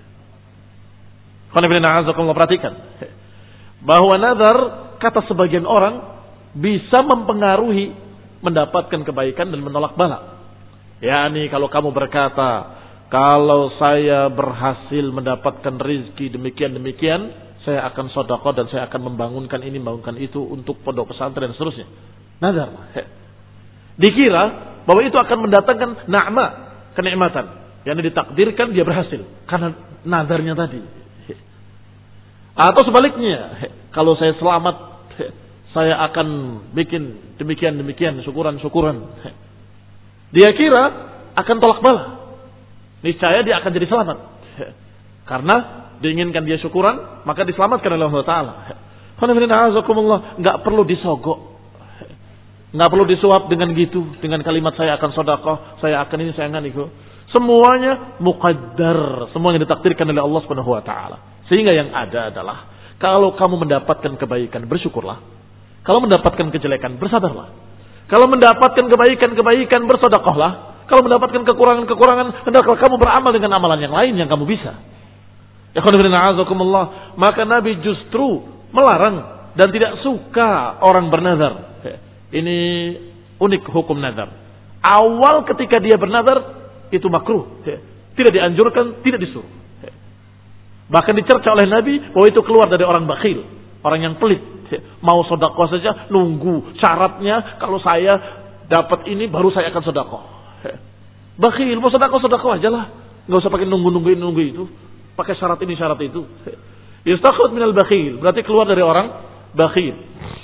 Perhatikan bahwa nazar kata sebagian orang bisa mempengaruhi mendapatkan kebaikan dan menolak bala. Yani kalau kamu berkata, kalau saya berhasil mendapatkan rezeki demikian-demikian, saya akan sedekah dan saya akan membangunkan ini, membangunkan itu untuk pondok pesantren dan seterusnya. Nazar. Dikira bahwa itu akan mendatangkan na'ma, kenikmatan. Yang ditakdirkan dia berhasil karena nazarnya tadi. Atau sebaliknya, kalau saya selamat, saya akan bikin demikian-demikian, syukuran-syukuran. Dia kira akan tolak bala. Niscaya dia akan jadi selamat. Karena diinginkan dia syukuran, maka diselamatkan oleh Allah Ta'ala. Nggak perlu disogok. Nggak perlu disuap dengan gitu. Dengan kalimat saya akan sedekah, saya akan ini, saya akan itu. Semuanya muqaddar. Semuanya ditakdirkan oleh Allah Subhanahu Wa Ta'ala. Sehingga yang ada adalah, kalau kamu mendapatkan kebaikan, bersyukurlah. Kalau mendapatkan kejelekan, bersabarlah. Kalau mendapatkan kebaikan, bersedekahlah. Kalau mendapatkan kekurangan, hendaklah kamu beramal dengan amalan yang lain yang kamu bisa. Maka Nabi justru melarang dan tidak suka orang bernazar. Ini unik hukum nazar. Awal ketika dia bernazar itu makruh, tidak dianjurkan, tidak disuruh. Bahkan dicerca oleh Nabi bahwa itu keluar dari orang bakhil, orang yang pelit. Mau sedekah saja nunggu syaratnya, kalau saya dapat ini baru saya akan sedekah. Bakhil, mau sedekah aja lah. Nggak usah pakai nunggu itu. Pakai syarat ini, syarat itu. Yustakhraj minal bakhil, berarti keluar dari orang bakhil.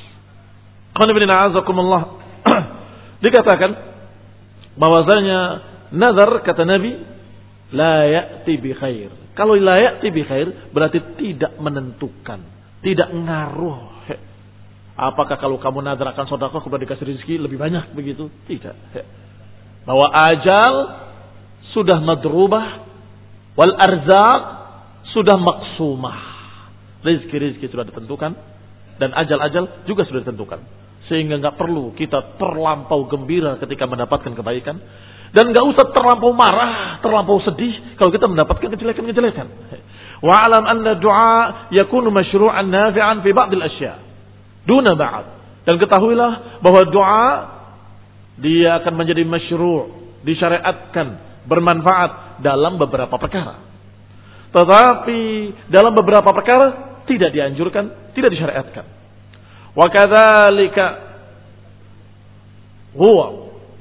Dikatakan bahwasanya nazar, kata Nabi, la ya'ti bi khair. Kalau la ya'ti bi khair berarti tidak menentukan, tidak ngaruh. Apakah kalau kamu nazar akan sedekah kemudian dikasih rezeki lebih banyak begitu? Tidak. Bahwa ajal sudah madrubah, wal arzaq sudah maksumah. Rezeki sudah ditentukan Dan ajal-ajal juga sudah ditentukan. Sehingga nggak perlu kita terlampau gembira ketika mendapatkan kebaikan. Dan nggak usah terlampau marah, terlampau sedih kalau kita mendapatkan kejelekan-kejelekan. Wa'alam anna du'a yakunu masyru'an nafi'an fi ba'dil asya' duna ba'd. Dan ketahuilah bahwa doa dia akan menjadi masyru', disyariatkan, bermanfaat dalam beberapa perkara. Tetapi dalam beberapa perkara tidak dianjurkan, tidak disyariatkan. Wa kadzalika huwa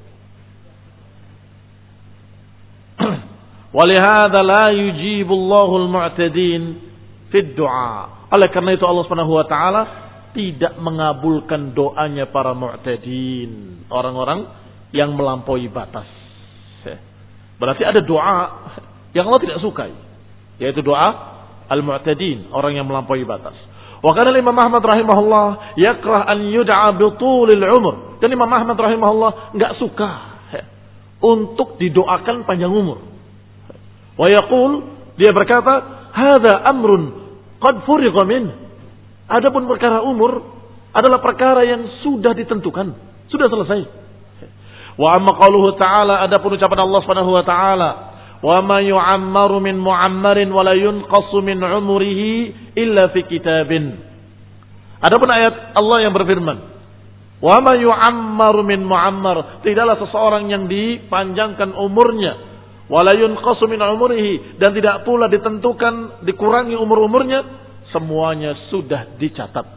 walihada la yujibu Allahul mu'tadin fid du'a. Oleh karena itu Allah Subhanahu wa taala tidak mengabulkan doanya para mu'tadin, orang-orang yang melampaui batas. Berarti ada doa yang Allah tidak sukai, yaitu doa al-mu'tadin, orang yang melampaui batas. Wa kana Imam Ahmad rahimahullah yakrah an yud'a bi tulil umur. Dan Imam Ahmad rahimahullah enggak suka untuk didoakan panjang umur. Wa yaqul, dia berkata, hadza amrun qad furiqa min. Adapun perkara umur adalah perkara yang sudah ditentukan, sudah selesai. Wa amma qauluhu ta'ala, adapun ucapan Allah Subhanahu wa taala, wa ma yu'ammaru min mu'ammarin wa la yunqasu min umrihi illa fi kitabin. Adapun ayat Allah yang berfirman, wa ma yu'ammaru min mu'ammar, tidaklah seseorang yang dipanjangkan umurnya, wala yunqasu min umrihi, dan tidak pula ditentukan dikurangi umur-umurnya, semuanya sudah dicatat.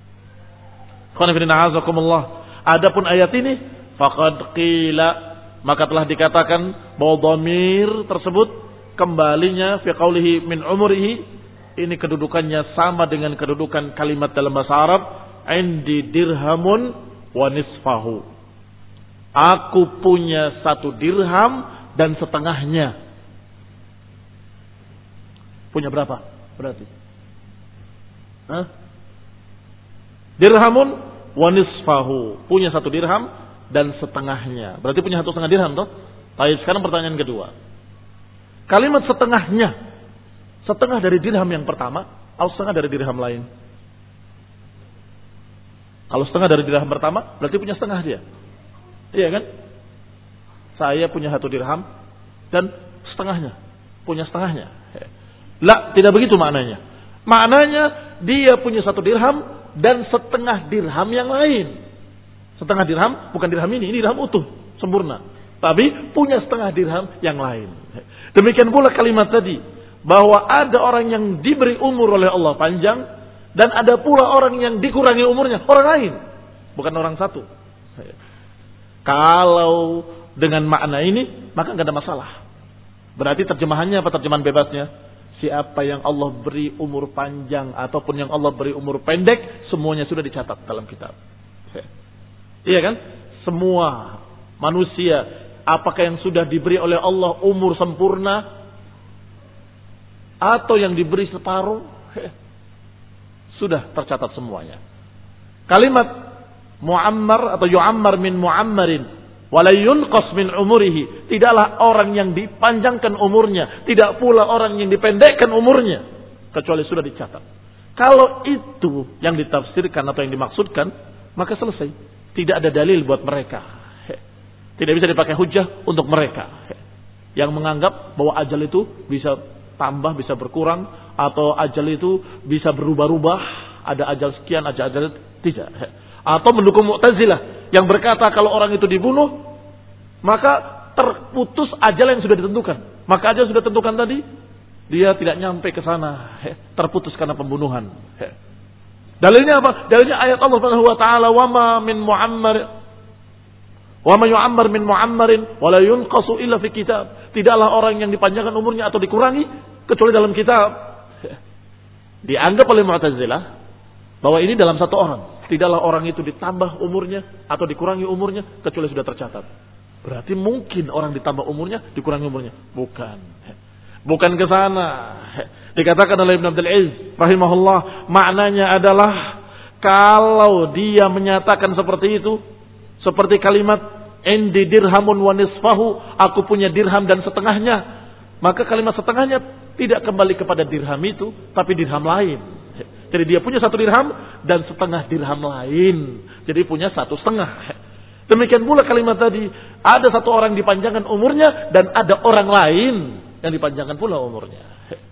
Adapun ayat ini faqad qila, maka telah dikatakan bahwa dhamir tersebut kembalinya fi qaulihi min umrihi, ini kedudukannya sama dengan kedudukan kalimat dalam bahasa Arab indi dirhamun wa nisfahu. Aku punya 1 dirham dan setengahnya. Punya berapa berarti? Dirhamun wa nisfahu. Punya 1 dirham dan setengahnya. Berarti punya 1,5 dirham toh? Baik, sekarang pertanyaan kedua. Kalimat setengahnya, setengah dari dirham yang pertama atau setengah dari dirham lain? Kalau setengah dari dirham pertama, berarti punya setengah dia. Iya kan? Saya punya 1 dirham dan setengahnya, punya setengahnya. La, tidak begitu maknanya. Maknanya dia punya 1 dirham dan setengah dirham yang lain. Setengah dirham, bukan dirham ini dirham utuh, sempurna. Tapi punya setengah dirham yang lain. Demikian pula kalimat tadi, bahwa ada orang yang diberi umur oleh Allah panjang, dan ada pula orang yang dikurangi umurnya, orang lain, bukan orang satu. Kalau dengan makna ini, maka nggak ada masalah. Berarti terjemahannya apa, terjemahan bebasnya? Siapa yang Allah beri umur panjang ataupun yang Allah beri umur pendek, semuanya sudah dicatat dalam kitab. Iya kan? Semua manusia, apakah yang sudah diberi oleh Allah umur sempurna atau yang diberi separuh, sudah tercatat semuanya. Kalimat mu'ammar atau yu'ammar min mu'ammarin wala yunqas min umurihi, tidaklah orang yang dipanjangkan umurnya, tidak pula orang yang dipendekkan umurnya, kecuali sudah dicatat. Kalau itu yang ditafsirkan atau yang dimaksudkan, maka selesai. Tidak ada dalil buat mereka. Tidak bisa dipakai hujah untuk mereka yang menganggap bahwa ajal itu bisa tambah, bisa berkurang, atau ajal itu bisa berubah-ubah, ada ajal sekian, ada ajal tidak. Atau mendukung Mu'tazilah yang berkata kalau orang itu dibunuh, maka terputus ajal yang sudah ditentukan. Maka ajal sudah ditentukan tadi, dia tidak nyampe ke sana, terputus karena pembunuhan. Dalilnya apa? Dalilnya ayat Allah Subhanahu wa taala, "Wa ma min mu'ammar wa ma yu'ammar min mu'ammarin wa la yunqasu illa fi kitab." Tidaklah orang yang dipanjangkan umurnya atau dikurangi kecuali dalam kitab. Dianggap oleh Mu'tazilah bahwa ini dalam 1 orang. Tidaklah orang itu ditambah umurnya atau dikurangi umurnya kecuali sudah tercatat. Berarti mungkin orang ditambah umurnya, dikurangi umurnya. Bukan ke sana. Dikatakan oleh Ibn Abdul Aziz rahimahullah, maknanya adalah kalau dia menyatakan seperti itu, seperti kalimat indi dirhamun wa nisfahu, aku punya dirham dan setengahnya, maka kalimat setengahnya tidak kembali kepada dirham itu, tapi dirham lain. Jadi dia punya 1 dirham dan setengah dirham lain. Jadi punya 1,5. Demikian pula kalimat tadi. Ada 1 orang dipanjangkan umurnya dan ada orang lain yang dipanjangkan pula umurnya.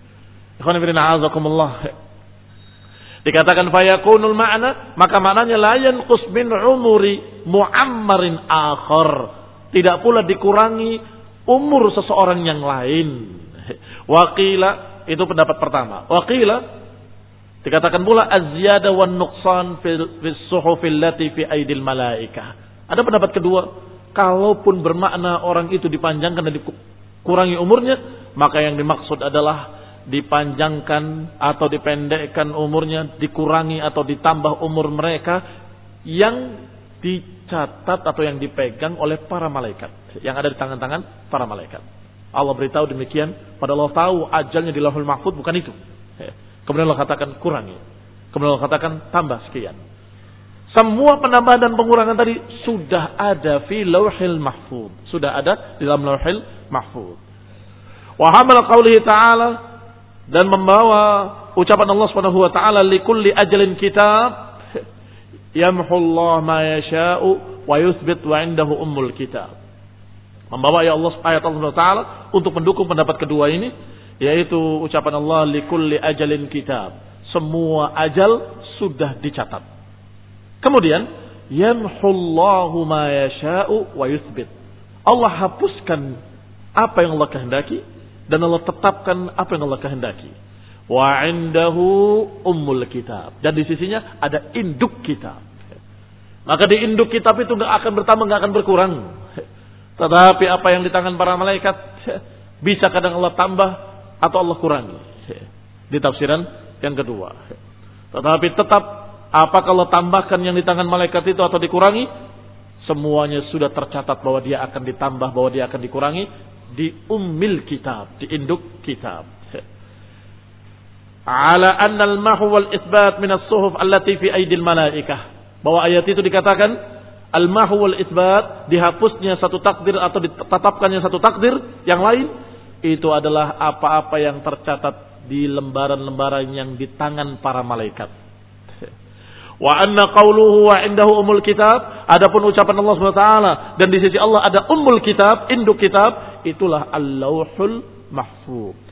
Dikatakan fayakunul ma'na, maka maknanya la yanqus min umuri mu'ammarin akhar. Tidak pula dikurangi umur seseorang yang lain. Waqila, itu pendapat pertama. Waqila, dikatakan pula az-ziyada wan nuqsan fi suhufil lati fi aidil malaikah. Ada pendapat kedua, kalaupun bermakna orang itu dipanjangkan dan dikurangi umurnya, maka yang dimaksud adalah dipanjangkan atau dipendekkan umurnya, dikurangi atau ditambah umur mereka yang dicatat atau yang dipegang oleh para malaikat, yang ada di tangan-tangan para malaikat. Allah beritahu demikian, padahal Allah tahu ajalnya di Lauhul Mahfuz bukan itu. Kemudian Allah katakan kurangi, kemudian Allah katakan tambah sekian. Semua penambahan dan pengurangan tadi sudah ada fi Lauhil Mahfuz, sudah ada di dalam Lauhil Mahfuz. Wa hamal qaulihi ta'ala, dan membawa ucapan Allah Subhanahu wa taala likulli ajalin kitab yamhullahu ma yasha'u wa yuthbit wa 'indahu ummul kitab. Membawa ayat Allah Subhanahu wa taala untuk mendukung pendapat kedua ini, yaitu ucapan Allah likulli ajalin kitab. Semua ajal sudah dicatat. Kemudian yamhullahu ma yasha'u wa yuthbit. Allah hapuskan apa yang Allah kehendaki dan Allah tetapkan apa yang Allah kehendaki. Wa 'indahu ummul kitab. Dan di sisinya ada induk kitab. Maka di induk kitab itu enggak akan bertambah, enggak akan berkurang. Tetapi apa yang di tangan para malaikat bisa kadang Allah tambah atau Allah kurangi. Di tafsiran yang kedua. Tetapi tetap apakah Allah tambahkan yang di tangan malaikat itu atau dikurangi, semuanya sudah tercatat bahwa dia akan ditambah, bahwa dia akan dikurangi di ummil kitab, di induk kitab. Ala anna al-mahw wal itsbat min as-suhuf allati fi aidil malaikah. Bahwa ayat itu dikatakan al-mahw wal itsbat, dihapusnya satu takdir atau ditetapkannya satu takdir yang lain, itu adalah apa-apa yang tercatat di lembaran-lembaran yang di tangan para malaikat. Wa anna qawluhu wa 'indahu ummul kitab, adapun ucapan Allah Subhanahu wa taala dan di sisi Allah ada ummul kitab, induk kitab, itulah al-lauhul mahfuz.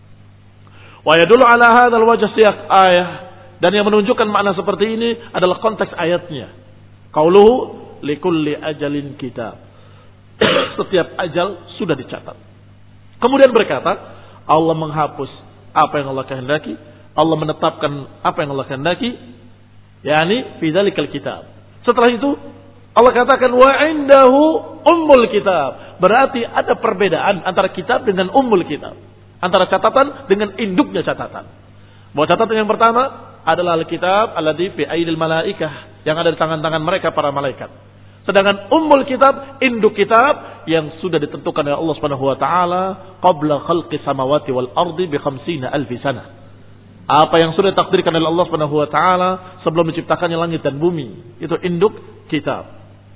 Wa yadullu ala hadzal wajh siyaq ayah, dan yang menunjukkan makna seperti ini adalah konteks ayatnya. Qauluhu likulli ajalin kitab. Setiap ajal sudah dicatat. Kemudian berkata, Allah menghapus apa yang Allah kehendaki, Allah menetapkan apa yang Allah kehendaki, yakni fi dzalikal kitab. Setelah itu Allah katakan wa 'indahu ummul kitab. Berarti ada perbedaan antara kitab dengan ummul kitab, antara catatan dengan induknya catatan. Bahwa catatan yang pertama adalah al-kitab alladzi fi aidil malaikah, yang ada di tangan-tangan mereka para malaikat. Sedangkan ummul kitab, induk kitab yang sudah ditentukan oleh Allah Subhanahu wa taala qabla khalqis samawati wal ardi bi 50,000 sanah. Apa yang sudah ditakdirkan oleh Allah Subhanahu wa taala sebelum menciptakannya langit dan bumi, itu induk kitab.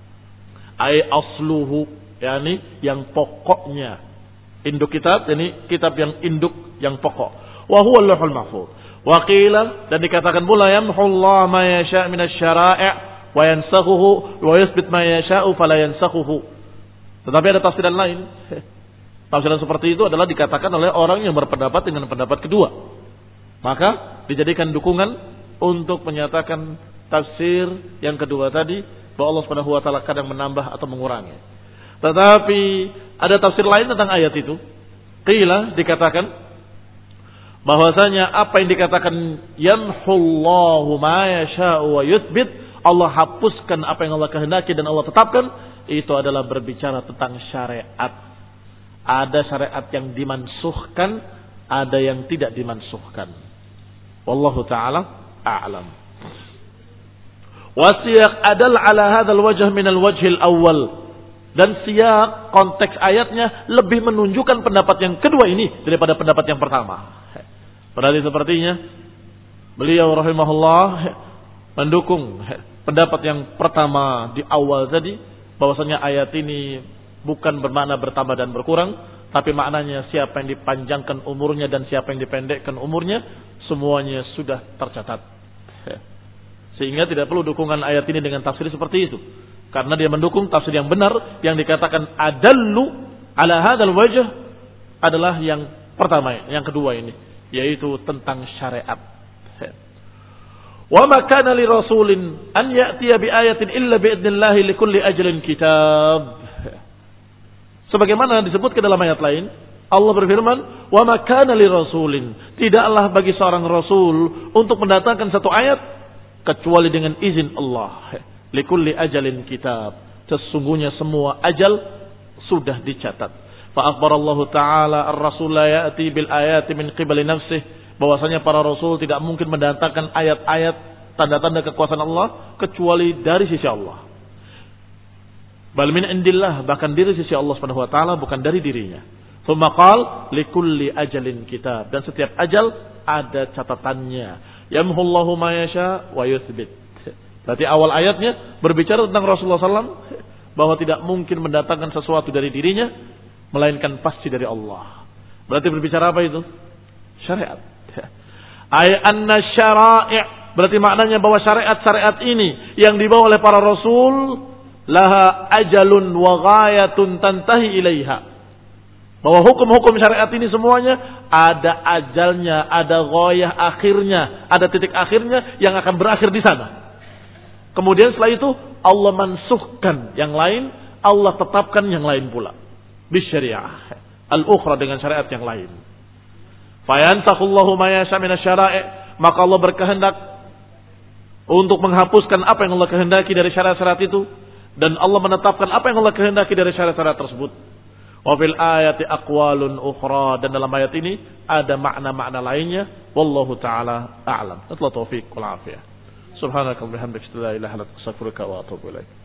Ai asluhu, yakni yang pokoknya. Induk kitab, yakni kitab yang induk, yang pokok. Wa huwa al-lauhul mahfuz. Wa qila, dan dikatakan pula yamhullahu ma yasha' min asy-syara'i' wa yansakhuhu wa yuthbit ma yasha'u fala yansakhuhu. Tetapi ada tafsiran lain. Tafsiran seperti itu adalah dikatakan oleh orang yang berpendapat dengan pendapat kedua. Maka dijadikan dukungan untuk menyatakan tafsir yang kedua tadi, bahwa Allah Subhanahu wa taala kadang menambah atau mengurangi. Tetapi ada tafsir lain tentang ayat itu. Qila, dikatakan bahwasanya apa yang dikatakan yamhullahu ma yasha'u wa yuthbit, Allah hapuskan apa yang Allah kehendaki dan Allah tetapkan, itu adalah berbicara tentang syariat. Ada syariat yang dimansuhkan, ada yang tidak dimansuhkan. Wallahu ta'ala a'lam. Wasiyaq adal ala hadzal wajh min al-wajh al-awwal. Dan siyaq, konteks ayatnya lebih menunjukkan pendapat yang kedua ini daripada pendapat yang pertama. Berarti sepertinya beliau rahimahullah mendukung pendapat yang pertama di awal tadi, bahwasanya ayat ini bukan bermakna bertambah dan berkurang, tapi maknanya siapa yang dipanjangkan umurnya dan siapa yang dipendekkan umurnya, semuanya sudah tercatat Sehingga tidak perlu dukungan ayat ini dengan tafsir seperti itu. Karena dia mendukung tafsir yang benar yang dikatakan adallu ala hadzal wajh adalah yang pertama, yang kedua ini, yaitu tentang syariat. Wa ma kana li rasulin an ya'tiya bi ayatin illa bi idznillah li kulli ajalin kitab. Sebagaimana disebut ke dalam ayat lain, Allah berfirman, "Wa ma kana li rasulin", tidaklah bagi seorang rasul untuk mendatangkan satu ayat kecuali dengan izin Allah. Li kulli ajalin kitab. Sesungguhnya semua ajal sudah dicatat. Fa akhbarallahu ta'ala ar-rasul la ya'ti bil ayati min qibali nafsihi, bahwasanya para rasul tidak mungkin mendatangkan ayat-ayat tanda-tanda kekuasaan Allah kecuali dari sisi Allah. Bal min indillah, bahkan dari sisi Allah Subhanahu wa taala, bukan dari dirinya. Tsumma qala likulli ajalin kitab, dan setiap ajal ada catatannya. Yamhullahu ma yasha wa yutsbit. Berarti awal ayatnya berbicara tentang Rasulullah SAW bahwa tidak mungkin mendatangkan sesuatu dari dirinya melainkan pasti dari Allah. Berarti berbicara apa itu? Syariat. Ay anna syara'i', berarti maknanya bahwa syariat-syariat ini yang dibawa oleh para rasul laha ajalun wa ghayatun tantahi ilaiha, bahwa hukum-hukum syariat ini semuanya ada ajalnya, ada ghayah akhirnya, ada titik akhirnya yang akan berakhir di sana. Kemudian setelah itu Allah mansuhkan yang lain, Allah tetapkan yang lain pula bisyariah al-ukhra, dengan syariat yang lain. Fayansakhullahu ma yasha minasyara'i', maka Allah berkehendak untuk menghapuskan apa yang Allah kehendaki dari syariat-syariat itu, dan Allah menetapkan apa yang Allah kehendaki dari syariat-syariat tersebut. Wa fil ayati aqwalun ukhra, dan dalam ayat ini ada makna-makna lainnya. Wallahu taala a'lam. Wabillahi taufiq wal afiyah. Subhanakallahumma wa bihamdika, la ilaha illa anta, astaghfiruka wa atubu ilaik.